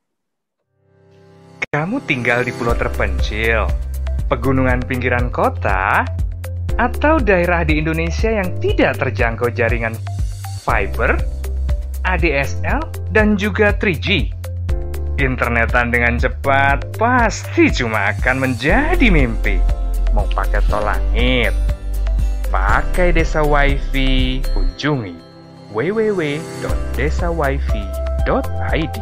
Kamu tinggal di pulau terpencil, pegunungan pinggiran kota, atau daerah di Indonesia yang tidak terjangkau jaringan fiber, A D S L, dan juga tiga G. Internetan dengan cepat pasti cuma akan menjadi mimpi. Mau pakai tol langit, pakai Desa Wifi, kunjungi w w w dot desa wifi dot i d.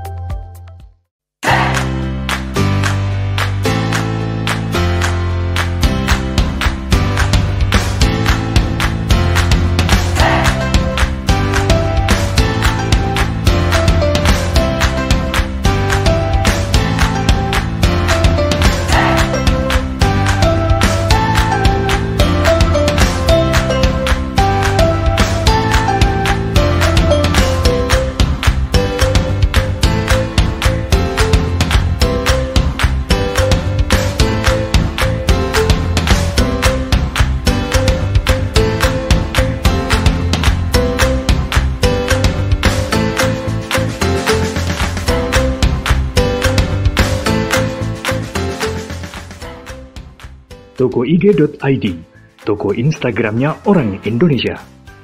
toko i g dot i d, toko Instagramnya orang Indonesia.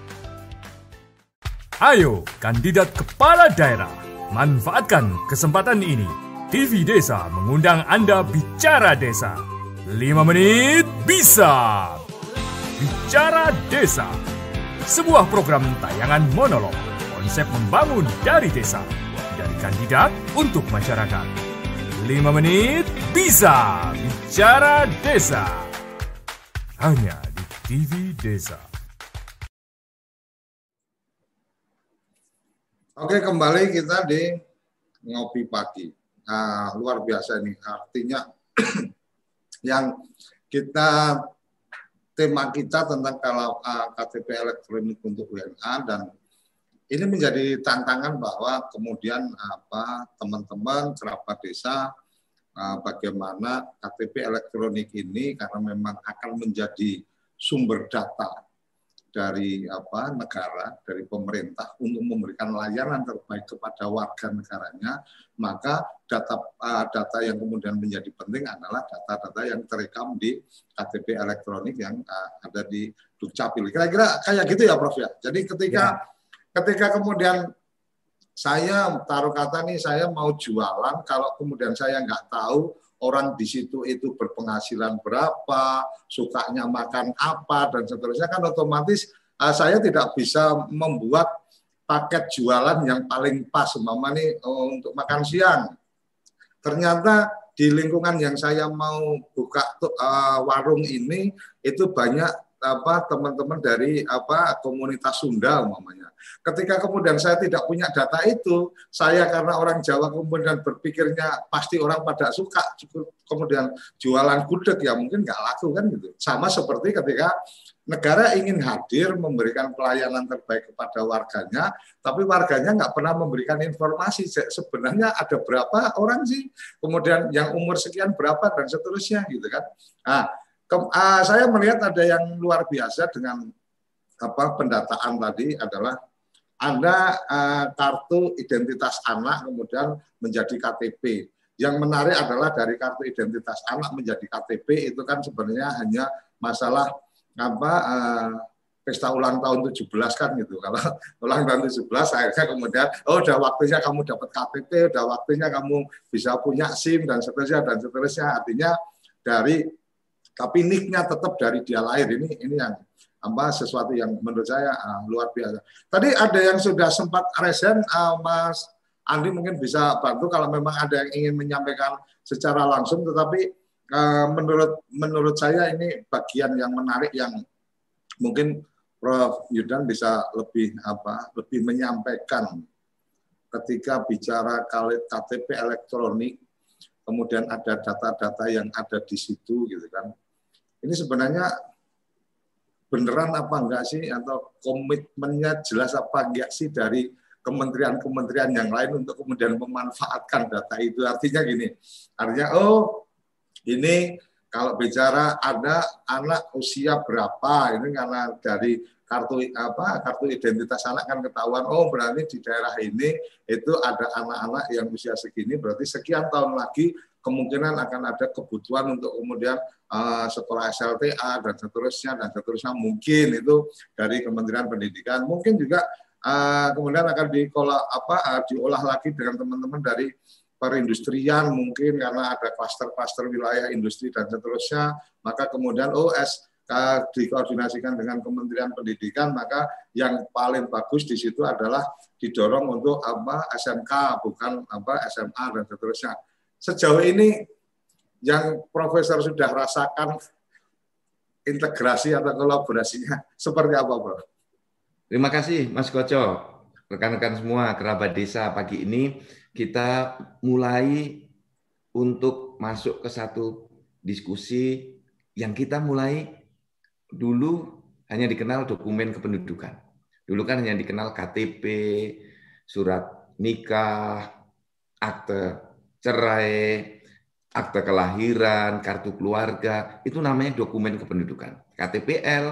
Ayo, kandidat kepala daerah, manfaatkan kesempatan ini. T V Desa mengundang Anda bicara desa. lima menit bisa. Bicara Desa, sebuah program tayangan monolog, konsep membangun dari desa, dari kandidat untuk masyarakat. lima menit bisa. Bicara Desa. Hanya di T V Desa. Oke, kembali kita di Ngopi Pagi. Nah, luar biasa ini. Artinya yang kita, tema kita tentang kalau uh, K T P elektronik untuk W N A, dan ini menjadi tantangan bahwa kemudian apa teman-teman kerabat desa, bagaimana K T P elektronik ini, karena memang akan menjadi sumber data dari apa negara, dari pemerintah untuk memberikan layanan terbaik kepada warga negaranya, maka data data yang kemudian menjadi penting adalah data-data yang terekam di K T P elektronik yang ada di Dukcapil. Kira-kira kayak gitu ya, Prof ya. Jadi ketika ya. ketika kemudian saya taruh kata nih, saya mau jualan, kalau kemudian saya nggak tahu orang di situ itu berpenghasilan berapa, sukanya makan apa, dan seterusnya, kan otomatis uh, saya tidak bisa membuat paket jualan yang paling pas, umpama nih uh, untuk makan siang. Ternyata di lingkungan yang saya mau buka uh, warung ini, itu banyak apa teman-teman dari apa komunitas Sunda umpamanya. Ketika kemudian saya tidak punya data itu, saya karena orang Jawa kemudian berpikirnya pasti orang pada suka, kemudian jualan gudeg ya mungkin nggak laku kan gitu. Sama seperti ketika negara ingin hadir memberikan pelayanan terbaik kepada warganya, tapi warganya nggak pernah memberikan informasi sebenarnya ada berapa orang sih, kemudian yang umur sekian berapa dan seterusnya gitu kan. Nah, Ke, uh, saya melihat ada yang luar biasa dengan apa pendataan tadi adalah Anda uh, kartu identitas anak kemudian menjadi K T P. Yang menarik adalah dari kartu identitas anak menjadi K T P itu kan sebenarnya hanya masalah apa uh, pesta ulang tahun tujuh belas kan gitu. Kalau ulang tahun tujuh belas akhirnya kemudian oh udah waktunya kamu dapat K T P, udah waktunya kamu bisa punya SIM dan seterusnya dan seterusnya. Artinya dari tapi nicknya tetap dari dia lahir. Ini ini yang apa sesuatu yang menurut saya uh, luar biasa. Tadi ada yang sudah sempat resen, uh, Mas Andi mungkin bisa bantu kalau memang ada yang ingin menyampaikan secara langsung, tetapi uh, menurut menurut saya ini bagian yang menarik yang mungkin Prof Yudan bisa lebih apa lebih menyampaikan ketika bicara K T P elektronik, kemudian ada data-data yang ada di situ gitu kan. Ini sebenarnya beneran apa enggak sih, atau komitmennya jelas apa enggak sih dari kementerian-kementerian yang lain untuk kemudian memanfaatkan data itu. Artinya gini, artinya oh ini kalau bicara ada anak usia berapa, ini karena dari kartu apa kartu identitas anak kan ketahuan, oh berarti di daerah ini itu ada anak-anak yang usia segini, berarti sekian tahun lagi kemungkinan akan ada kebutuhan untuk kemudian uh, sekolah S L T A dan seterusnya dan seterusnya, mungkin itu dari Kementerian Pendidikan, mungkin juga uh, kemudian akan diolah apa uh, diolah lagi dengan teman-teman dari perindustrian, mungkin karena ada klaster-klaster wilayah industri dan seterusnya, maka kemudian O S uh, dikoordinasikan dengan Kementerian Pendidikan, maka yang paling bagus di situ adalah didorong untuk apa S M K, bukan apa S M A dan seterusnya. Sejauh ini yang Profesor sudah rasakan integrasi atau kolaborasinya seperti apa, Prof? Terima kasih Mas Koco, rekan-rekan semua kerabat desa. Pagi ini kita mulai untuk masuk ke satu diskusi yang kita mulai dulu hanya dikenal dokumen kependudukan. Dulu kan hanya dikenal K T P, surat nikah, akte cerai, akte kelahiran, kartu keluarga, itu namanya dokumen kependudukan. K T P L,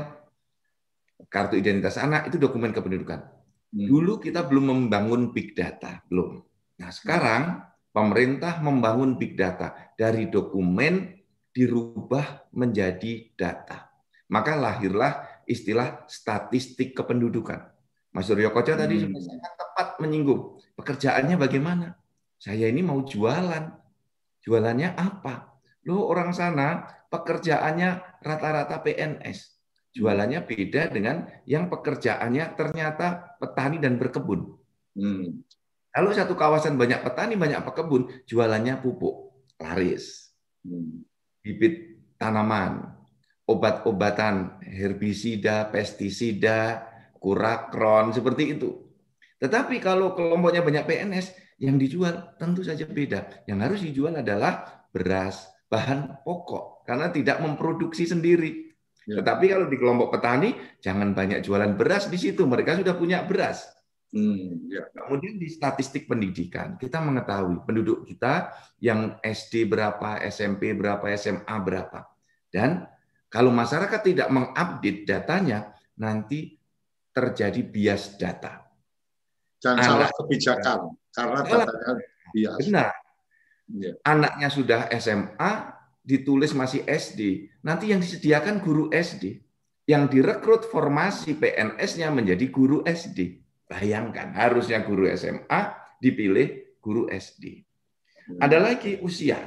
kartu identitas anak, itu dokumen kependudukan. Dulu kita belum membangun big data, belum. Nah sekarang pemerintah membangun big data, dari dokumen dirubah menjadi data. Maka lahirlah istilah statistik kependudukan. Mas Suryo Koco hmm. tadi sangat tepat menyinggung, pekerjaannya bagaimana? Saya ini mau jualan. Jualannya apa? Loh orang sana pekerjaannya rata-rata P N S. Jualannya beda dengan yang pekerjaannya ternyata petani dan berkebun. Hmm. Kalau satu kawasan banyak petani, banyak pekebun, jualannya pupuk, laris. Hmm. Bibit tanaman, obat-obatan, herbisida, pestisida, kurakron, seperti itu. Tetapi kalau kelompoknya banyak P N S, yang dijual tentu saja beda. Yang harus dijual adalah beras, bahan pokok, karena tidak memproduksi sendiri. Ya. Tetapi kalau di kelompok petani, jangan banyak jualan beras di situ. Mereka sudah punya beras. Hmm, ya. Kemudian di statistik pendidikan, kita mengetahui penduduk kita yang S D berapa, S M P berapa, S M A berapa. Dan kalau masyarakat tidak mengupdate datanya, nanti terjadi bias data. Jangan Anak, salah kebijakan. Karena datanya bias. Benar. Ya. Anaknya sudah S M A, ditulis masih S D. Nanti yang disediakan guru S D. Yang direkrut formasi P N S-nya menjadi guru S D. Bayangkan, harusnya guru S M A dipilih guru S D. Hmm. Ada lagi usia.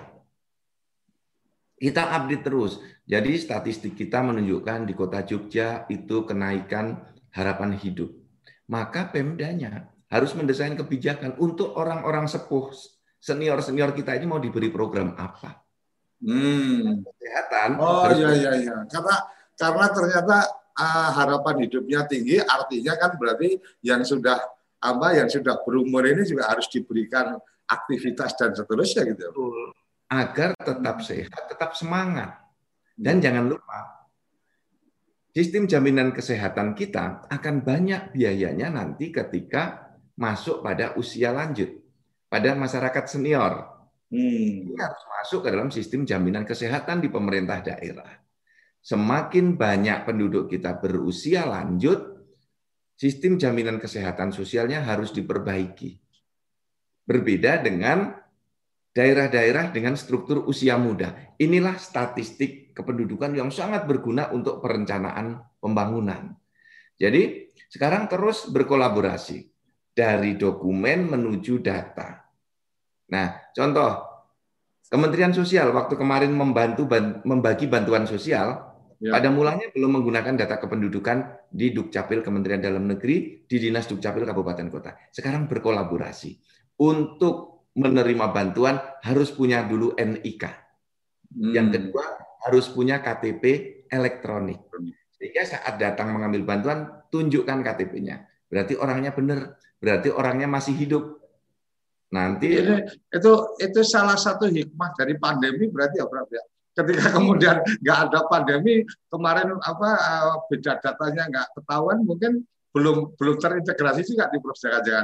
Kita update terus. Jadi statistik kita menunjukkan di kota Jogja itu kenaikan harapan hidup. Maka Pemdanya harus mendesain kebijakan untuk orang-orang sepuh, senior-senior kita ini mau diberi program apa? Hmm. Kesehatan. Oh iya iya iya. Karena karena ternyata uh, harapan hidupnya tinggi, artinya kan berarti yang sudah apa yang sudah berumur ini juga harus diberikan aktivitas dan seterusnya gitu. Agar tetap sehat, tetap semangat. Dan hmm. jangan lupa sistem jaminan kesehatan kita akan banyak biayanya nanti ketika masuk pada usia lanjut, pada masyarakat senior. Hmm. Ini harus masuk ke dalam sistem jaminan kesehatan di pemerintah daerah. Semakin banyak penduduk kita berusia lanjut, sistem jaminan kesehatan sosialnya harus diperbaiki. Berbeda dengan daerah-daerah dengan struktur usia muda. Inilah statistik kependudukan yang sangat berguna untuk perencanaan pembangunan. Jadi sekarang terus berkolaborasi dari dokumen menuju data. Nah, contoh Kementerian Sosial waktu kemarin membantu membagi bantuan sosial, ya. Pada mulanya belum menggunakan data kependudukan di Dukcapil Kementerian Dalam Negeri, di Dinas Dukcapil Kabupaten Kota. Sekarang berkolaborasi. Untuk menerima bantuan harus punya dulu N I K. Hmm. Yang kedua harus punya K T P elektronik. Sehingga saat datang mengambil bantuan, tunjukkan K T P-nya. Berarti orangnya benar, berarti orangnya masih hidup. Nanti ini, itu itu salah satu hikmah dari pandemi berarti ya, Prof ya. Ketika kemudian nggak ada pandemi, kemarin apa beda datanya nggak ketahuan, mungkin belum belum terintegrasi juga di Prof jangan-jangan.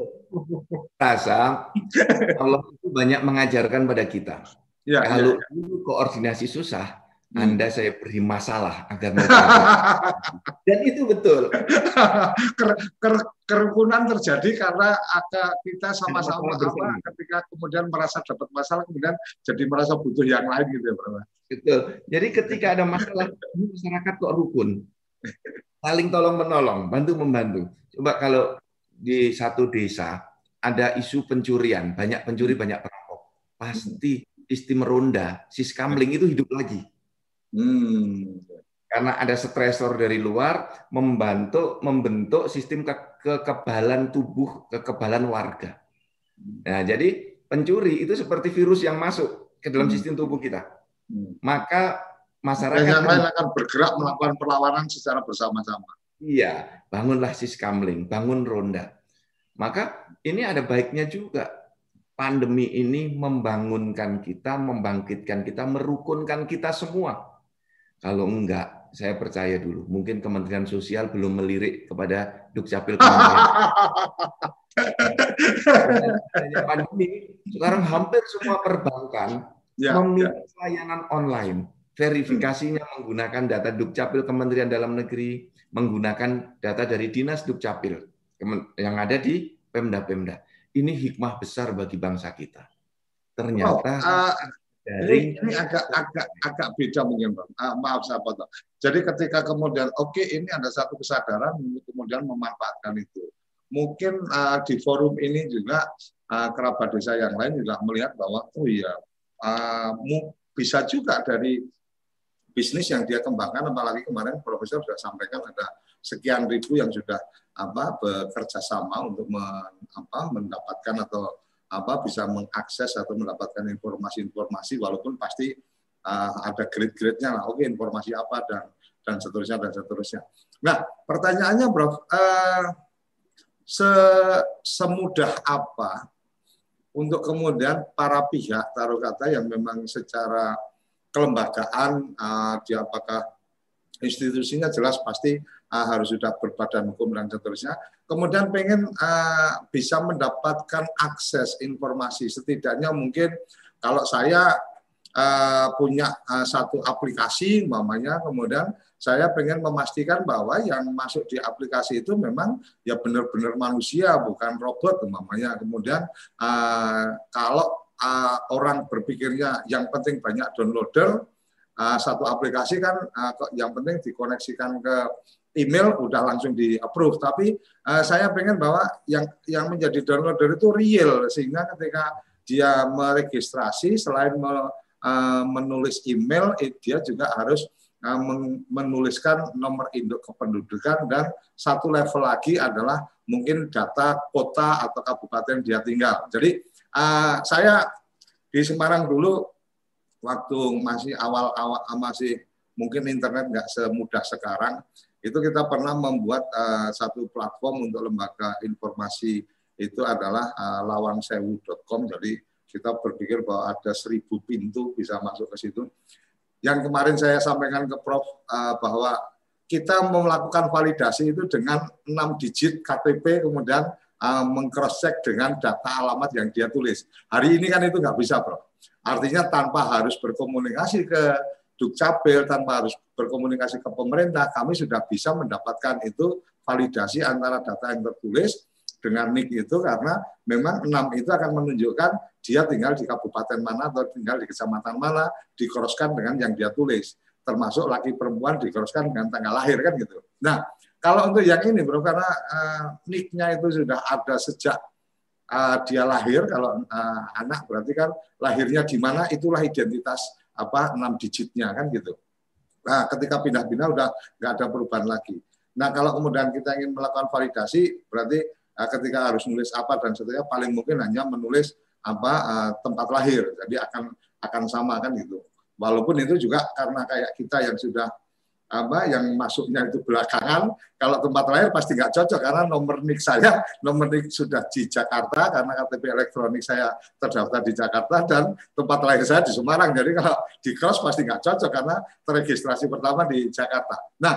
Rasa Allah itu banyak mengajarkan pada kita. Ya, kalau ya, ya. Dulu koordinasi susah, hmm. Anda saya beri masalah agar mau dan itu betul. Ker, ker, kerukunan terjadi karena kita sama-sama apa, ketika kemudian merasa dapat masalah, kemudian jadi merasa butuh yang lain gitu ya, Bro. Betul. Jadi ketika ada masalah, masyarakat kok rukun, saling tolong menolong, bantu membantu. Coba kalau di satu desa ada isu pencurian, banyak pencuri, banyak perampok, pasti sistem ronda, siskamling itu hidup lagi. Hmm. Karena ada stresor dari luar membantu membentuk sistem ke kekebalan tubuh, kekebalan warga. Nah, jadi pencuri itu seperti virus yang masuk ke dalam sistem tubuh kita. Maka masyarakat yang lain akan bergerak melakukan perlawanan secara bersama-sama. Iya, bangunlah siskamling, bangun ronda. Maka ini ada baiknya juga. Pandemi ini membangunkan kita, membangkitkan kita, merukunkan kita semua. Kalau enggak, saya percaya dulu, mungkin Kementerian Sosial belum melirik kepada Dukcapil Kementerian. Pandemi, sekarang hampir semua perbankan ya, memiliki ya. layanan online. Verifikasinya hmm. menggunakan data Dukcapil Kementerian Dalam Negeri, menggunakan data dari Dinas Dukcapil yang ada di Pemda-Pemda. Ini hikmah besar bagi bangsa kita. Ternyata oh, uh... Ini, ini agak agak agak beda mungkin, Bang. Uh, maaf saya potong. Jadi ketika kemudian oke okay, ini ada satu kesadaran untuk kemudian memanfaatkan itu. Mungkin uh, di forum ini juga uh, kerabat desa yang lain juga melihat bahwa oh iya uh, bisa juga dari bisnis yang dia kembangkan, apalagi kemarin Profesor sudah sampaikan ada sekian ribu yang sudah apa bekerja sama untuk men, apa, mendapatkan atau apa bisa mengakses atau mendapatkan informasi-informasi walaupun pasti uh, ada grade-grade-nya lah. Oke, informasi apa dan dan seterusnya dan seterusnya. Nah, pertanyaannya, Bro, uh, se semudah apa untuk kemudian para pihak taruh kata yang memang secara kelembagaan uh, dia apakah institusinya jelas pasti uh, harus sudah berbadan hukum dan seterusnya. Kemudian pengen uh, bisa mendapatkan akses informasi. Setidaknya mungkin kalau saya uh, punya uh, satu aplikasi, mamanya, kemudian saya pengen memastikan bahwa yang masuk di aplikasi itu memang ya benar-benar manusia, bukan robot, mamanya. Kemudian uh, kalau uh, orang berpikirnya yang penting banyak downloader, uh, satu aplikasi kan uh, yang penting dikoneksikan ke email udah langsung di approve, tapi uh, saya pengen bahwa yang yang menjadi downloader itu real, sehingga ketika dia meregistrasi selain me, uh, menulis email, eh, dia juga harus uh, menuliskan nomor induk kependudukan dan satu level lagi adalah mungkin data kota atau kabupaten dia tinggal. Jadi uh, saya di Semarang dulu waktu masih awal-awal masih mungkin internet nggak semudah sekarang. Itu kita pernah membuat uh, satu platform untuk lembaga informasi itu adalah uh, lawansewu dot com. Jadi kita berpikir bahwa ada seribu pintu bisa masuk ke situ. Yang kemarin saya sampaikan ke Prof uh, bahwa kita melakukan validasi itu dengan enam digit K T P, kemudian uh, meng-cross-check dengan data alamat yang dia tulis. Hari ini kan itu nggak bisa, Prof. Artinya tanpa harus berkomunikasi ke Dukcapil, tanpa harus berkomunikasi ke pemerintah, kami sudah bisa mendapatkan itu validasi antara data yang tertulis dengan nik itu karena memang enam itu akan menunjukkan dia tinggal di kabupaten mana atau tinggal di kecamatan mana, dikroskan dengan yang dia tulis. Termasuk laki perempuan dikroskan dengan tanggal lahir kan gitu. Nah, kalau untuk yang ini bro, karena uh, niknya itu sudah ada sejak uh, dia lahir, kalau uh, anak berarti kan lahirnya di mana, itulah identitas apa enam digitnya kan gitu. Nah, ketika pindah-pindah udah nggak ada perubahan lagi. Nah, kalau kemudian kita ingin melakukan validasi, berarti uh, ketika harus nulis apa dan seterusnya, paling mungkin hanya menulis apa uh, tempat lahir. Jadi akan akan sama kan gitu. Walaupun itu juga karena kayak kita yang sudah apa yang masuknya itu belakangan, kalau tempat lahir pasti nggak cocok karena nomor nik saya, nomor nik sudah di Jakarta karena K T P elektronik saya terdaftar di Jakarta dan tempat lahir saya di Semarang. Jadi kalau di cross pasti nggak cocok karena terregistrasi pertama di Jakarta. Nah,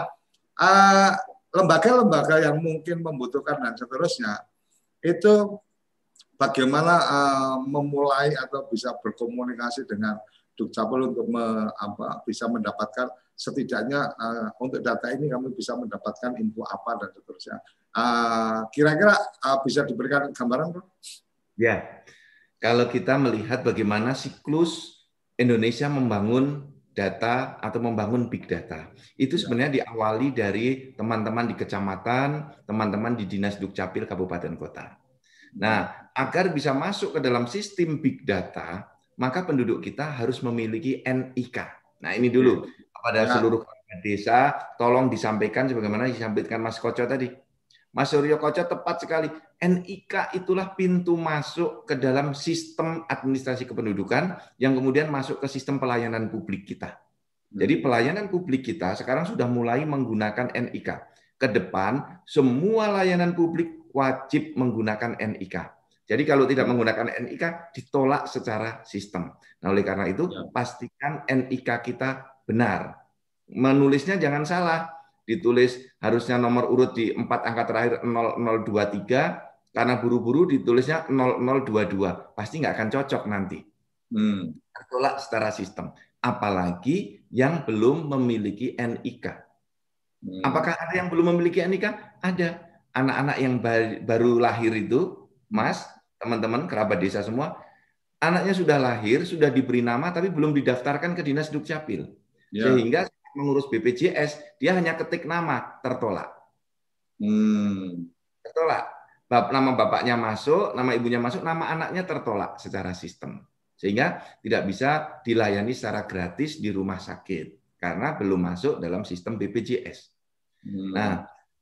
lembaga-lembaga uh, yang mungkin membutuhkan dan seterusnya itu bagaimana uh, memulai atau bisa berkomunikasi dengan Dukcapil untuk me, apa, bisa mendapatkan setidaknya uh, untuk data ini kami bisa mendapatkan info apa dan seterusnya. Uh, kira-kira uh, bisa diberikan gambaran, Bro? Ya, kalau kita melihat bagaimana siklus Indonesia membangun data atau membangun big data, itu sebenarnya diawali dari teman-teman di kecamatan, teman-teman di Dinas Dukcapil Kabupaten Kota. Nah, agar bisa masuk ke dalam sistem big data, maka penduduk kita harus memiliki N I K. Nah, ini dulu kepada seluruh desa, tolong disampaikan sebagaimana disampaikan Mas Koco tadi. Mas Suryo Koco tepat sekali. N I K itulah pintu masuk ke dalam sistem administrasi kependudukan yang kemudian masuk ke sistem pelayanan publik kita. Jadi pelayanan publik kita sekarang sudah mulai menggunakan N I K. Ke depan, semua layanan publik wajib menggunakan N I K. Jadi kalau tidak menggunakan N I K, ditolak secara sistem. Nah, oleh karena itu, ya, pastikan N I K kita benar. Menulisnya jangan salah. Ditulis harusnya nomor urut di empat angka terakhir nol nol dua tiga, karena buru-buru ditulisnya nol nol dua dua. Pasti nggak akan cocok nanti. Hmm. Tertolak secara sistem. Apalagi yang belum memiliki N I K. Hmm. Apakah ada yang belum memiliki N I K? Ada. Anak-anak yang baru lahir itu, Mas, teman-teman, kerabat desa semua, anaknya sudah lahir, sudah diberi nama, tapi belum didaftarkan ke Dinas Dukcapil. Ya. Sehingga mengurus B P J S, dia hanya ketik nama, tertolak. Hmm. Tertolak. Nama bapaknya masuk, nama ibunya masuk, nama anaknya tertolak secara sistem. Sehingga tidak bisa dilayani secara gratis di rumah sakit, karena belum masuk dalam sistem B P J S. Hmm. Nah,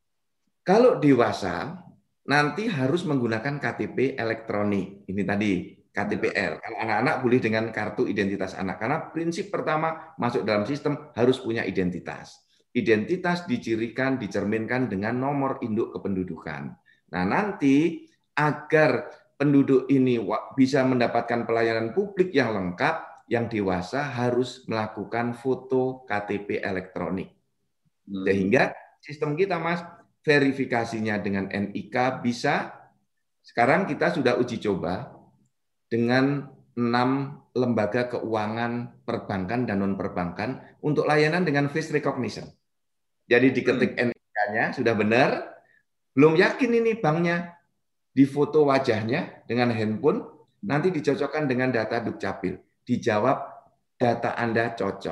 kalau dewasa, nanti harus menggunakan K T P elektronik. Ini tadi K T P L. Kalau anak-anak boleh dengan kartu identitas anak. Karena prinsip pertama masuk dalam sistem harus punya identitas. Identitas dicirikan, dicerminkan dengan nomor induk kependudukan. Nah, nanti agar penduduk ini bisa mendapatkan pelayanan publik yang lengkap, yang dewasa harus melakukan foto K T P elektronik. Sehingga sistem kita, Mas, verifikasinya dengan N I K bisa. Sekarang kita sudah uji coba dengan enam lembaga keuangan perbankan dan non-perbankan untuk layanan dengan face recognition. Jadi diketik hmm. N I K-nya sudah benar, belum yakin ini banknya, difoto wajahnya dengan handphone, nanti dicocokkan dengan data Dukcapil. Dijawab, data Anda cocok,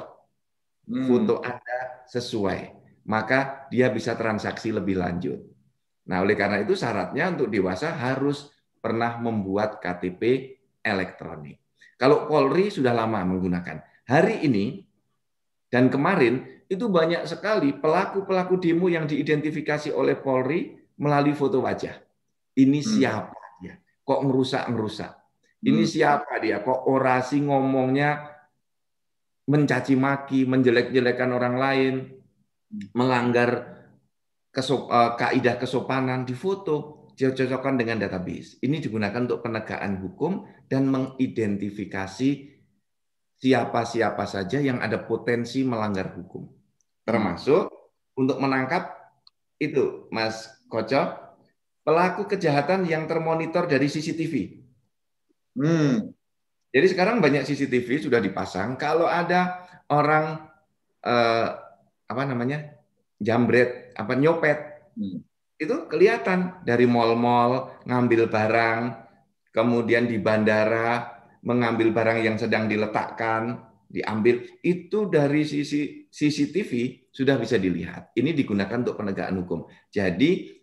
foto Anda sesuai. Maka dia bisa transaksi lebih lanjut. Nah, oleh karena itu syaratnya untuk dewasa harus pernah membuat K T P elektronik. Kalau Polri sudah lama menggunakan. Hari ini dan kemarin itu banyak sekali pelaku-pelaku demo yang diidentifikasi oleh Polri melalui foto wajah. Ini siapa dia? Kok ngerusak-ngerusak? Ini siapa dia? Kok orasi ngomongnya mencaci maki, menjelek-jelekan orang lain, melanggar kesop, uh, kaidah kesopanan, difoto, cocokkan dengan database. Ini digunakan untuk penegakan hukum dan mengidentifikasi siapa-siapa saja yang ada potensi melanggar hukum. Termasuk untuk menangkap itu, Mas Koco, pelaku kejahatan yang termonitor dari C C T V. Hmm. Jadi sekarang banyak C C T V sudah dipasang. Kalau ada orang eh, apa namanya jambret, apa nyopet, hmm. Itu kelihatan dari mal-mal ngambil barang, kemudian di bandara mengambil barang yang sedang diletakkan, diambil. Itu dari sisi C C T V sudah bisa dilihat. Ini digunakan untuk penegakan hukum. Jadi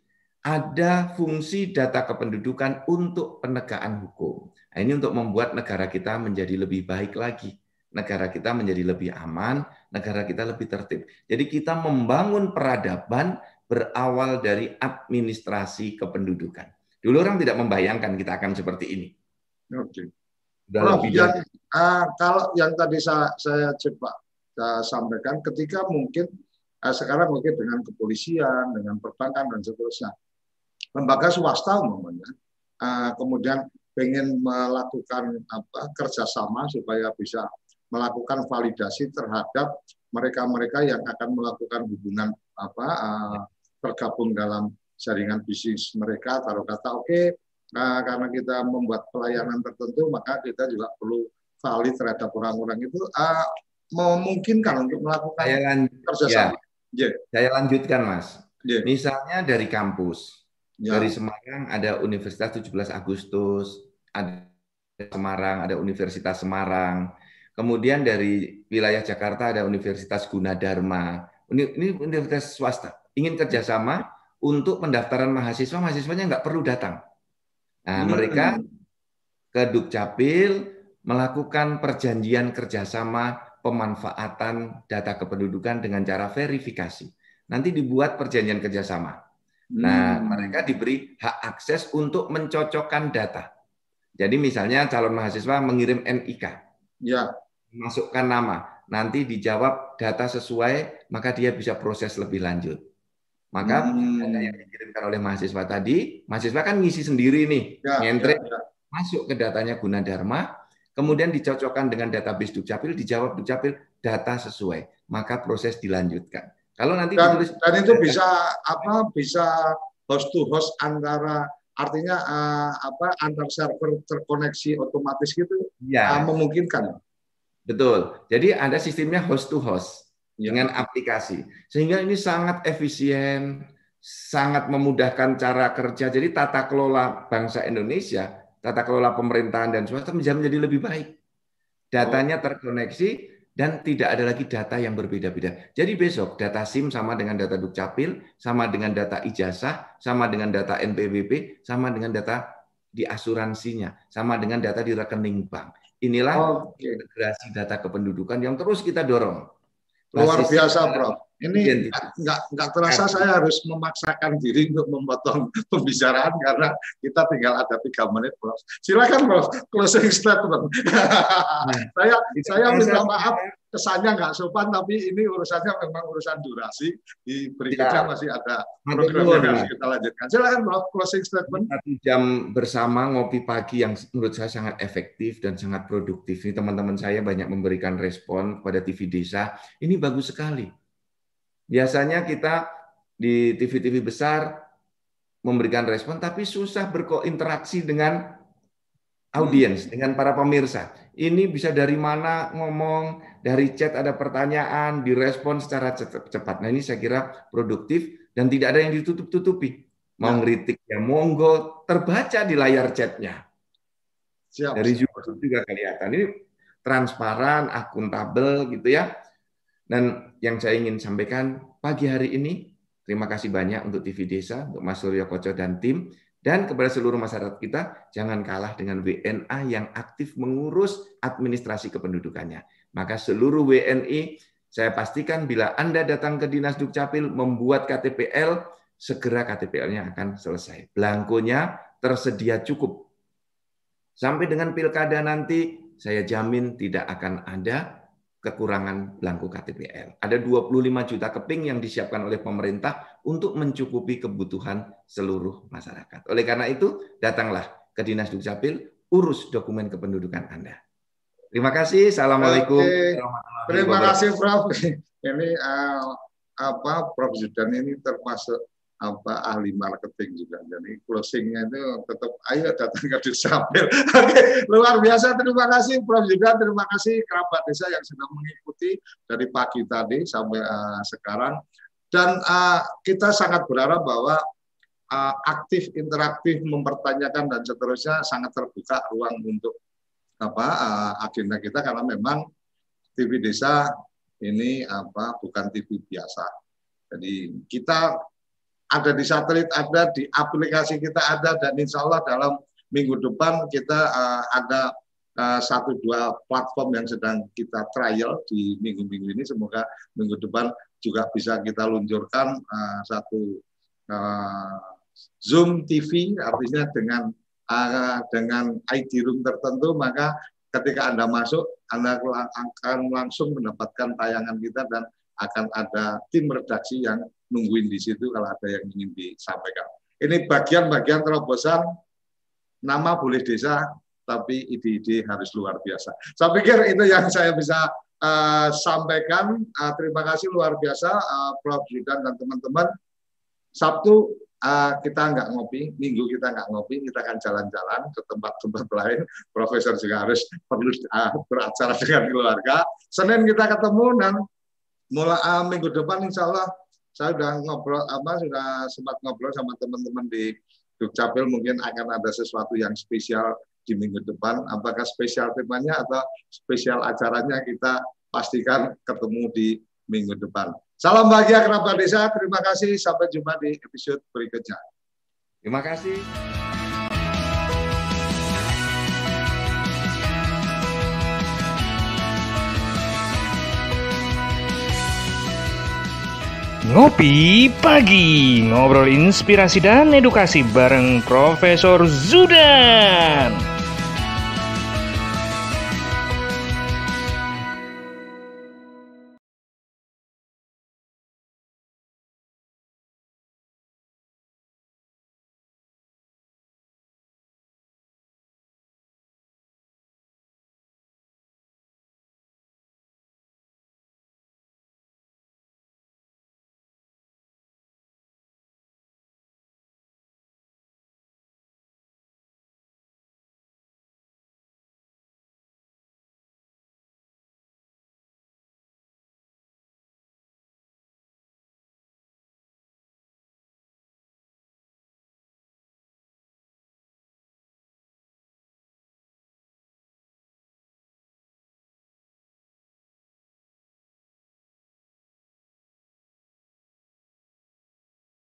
ada fungsi data kependudukan untuk penegakan hukum. Nah, ini untuk membuat negara kita menjadi lebih baik lagi. Negara kita menjadi lebih aman, negara kita lebih tertib. Jadi kita membangun peradaban berawal dari administrasi kependudukan. Dulu orang tidak membayangkan kita akan seperti ini. Oke. Prof, yang, uh, kalau yang tadi saya, saya coba saya sampaikan, ketika mungkin uh, sekarang mungkin dengan kepolisian, dengan perbankan dan seterusnya, lembaga swasta umumnya, uh, kemudian pengen melakukan apa, kerjasama supaya bisa melakukan validasi terhadap mereka-mereka yang akan melakukan hubungan apa uh, tergabung dalam jaringan bisnis mereka, taruh kata oke okay, uh, karena kita membuat pelayanan tertentu maka kita juga perlu valid terhadap orang-orang itu uh, memungkinkan untuk melakukan saya lanjut, kerjasama. Ya, yeah. Saya lanjutkan Mas. Yeah. Misalnya dari kampus, yeah. Dari Semarang ada Universitas tujuh belas Agustus, ada Semarang ada Universitas Semarang, kemudian dari wilayah Jakarta ada Universitas Gunadarma. Ini universitas swasta. Ingin kerjasama untuk pendaftaran mahasiswa, mahasiswanya nggak perlu datang. Nah, hmm. mereka ke Dukcapil melakukan perjanjian kerjasama pemanfaatan data kependudukan dengan cara verifikasi. Nanti dibuat perjanjian kerjasama. Nah, hmm. mereka diberi hak akses untuk mencocokkan data. Jadi misalnya calon mahasiswa mengirim N I K, ya. masukkan nama, nanti dijawab data sesuai, maka dia bisa proses lebih lanjut. Maka hmm. data yang dikirimkan oleh mahasiswa tadi, mahasiswa kan ngisi sendiri nih, ya, ngentrik, ya, ya. masuk ke datanya Gunadarma, kemudian dicocokkan dengan database Dukcapil, dijawab Dukcapil, data sesuai, maka proses dilanjutkan. Kalau nanti dan, ditulis, dan itu bisa apa? Bisa host to host antara, artinya uh, apa? Antar server terkoneksi otomatis gitu, ya. uh, memungkinkan. Betul. Jadi ada sistemnya host to host. Dengan aplikasi, sehingga ini sangat efisien, sangat memudahkan cara kerja. Jadi tata kelola bangsa Indonesia, tata kelola pemerintahan dan swasta menjadi lebih baik. Datanya terkoneksi dan tidak ada lagi data yang berbeda-beda. Jadi besok data SIM sama dengan data Dukcapil, sama dengan data ijazah, sama dengan data N P W P, sama dengan data di asuransinya, sama dengan data di rekening bank. Inilah okay. integrasi data kependudukan yang terus kita dorong. Luar biasa, Prof. Ini nggak nggak terasa saya harus memaksakan diri untuk memotong pembicaraan karena kita tinggal ada tiga menit, Prof. Silakan, Prof. Closing statement. Nah, saya saya minta maaf kesannya nggak sopan, tapi ini urusannya memang urusan durasi. Di berikutnya ya. masih ada program yang harus kita lanjutkan. Silakan, Prof. Closing statement. Satu jam bersama ngopi pagi yang menurut saya sangat efektif dan sangat produktif. Ini teman-teman saya banyak memberikan respon pada T V Desa. Ini bagus sekali. Biasanya kita di T V-T V besar memberikan respon, tapi susah berkointeraksi dengan audiens, dengan para pemirsa. Ini bisa dari mana ngomong, dari chat ada pertanyaan, direspon secara cepat. Nah ini saya kira produktif dan tidak ada yang ditutup-tutupi. Mau ngeritik ya monggo, terbaca di layar chatnya. Siap, dari YouTube juga kelihatan. Ini transparan, akuntabel gitu ya. Dan yang saya ingin sampaikan pagi hari ini, terima kasih banyak untuk T V Desa, untuk Mas Suryo Koco dan tim, dan kepada seluruh masyarakat kita, jangan kalah dengan W N A yang aktif mengurus administrasi kependudukannya. Maka seluruh W N I, saya pastikan bila Anda datang ke Dinas Dukcapil membuat K T P L, segera K T P L-nya akan selesai. Belangkonya tersedia cukup. Sampai dengan pilkada nanti, saya jamin tidak akan ada kekurangan belangko K T P L. Ada dua puluh lima juta keping yang disiapkan oleh pemerintah untuk mencukupi kebutuhan seluruh masyarakat. Oleh karena itu, datanglah ke Dinas Dukcapil, urus dokumen kependudukan Anda. Terima kasih. Assalamualaikum. Terima kasih, Prof. Ini uh, apa Prof Zudan ini termasuk apa ahli marketing juga. Jadi closingnya itu tetap ayo datang ke Dukcapil. Oke, luar biasa. Terima kasih Prof Zudan, terima kasih kerabat desa yang sudah mengikuti dari pagi tadi sampai uh, sekarang. Dan uh, kita sangat berharap bahwa uh, aktif, interaktif, mempertanyakan dan seterusnya, sangat terbuka ruang untuk apa uh, agenda kita, karena memang T V Desa ini apa bukan T V biasa. Jadi kita ada di satelit, ada di aplikasi kita ada, dan insya Allah dalam minggu depan kita uh, ada uh, satu dua platform yang sedang kita trial di minggu-minggu ini. Semoga minggu depan juga bisa kita luncurkan uh, satu uh, Zoom T V, artinya dengan uh, dengan I D room tertentu, maka ketika Anda masuk, Anda akan langsung mendapatkan tayangan kita, dan akan ada tim redaksi yang nungguin di situ kalau ada yang ingin disampaikan. Ini bagian-bagian terobosan, nama boleh desa, tapi ide-ide harus luar biasa. Saya pikir itu yang saya bisa uh, sampaikan. Uh, terima kasih luar biasa, uh, Prof Zudan dan teman-teman. Sabtu uh, kita nggak ngopi, Minggu kita nggak ngopi, kita akan jalan-jalan ke tempat-tempat lain. Profesor juga harus perlu uh, beracara dengan keluarga. Senin kita ketemu, dan mulai uh, minggu depan insya Allah saya sudah ngobrol apa sudah sempat ngobrol sama teman-teman di Dukcapil, mungkin akan ada sesuatu yang spesial di minggu depan. Apakah spesial temanya atau spesial acaranya, kita pastikan ketemu di minggu depan. Salam bahagia kerabat desa, terima kasih, sampai jumpa di episode berikutnya. Terima kasih. Ngopi Pagi, ngobrol inspirasi dan edukasi bareng Profesor Zudan.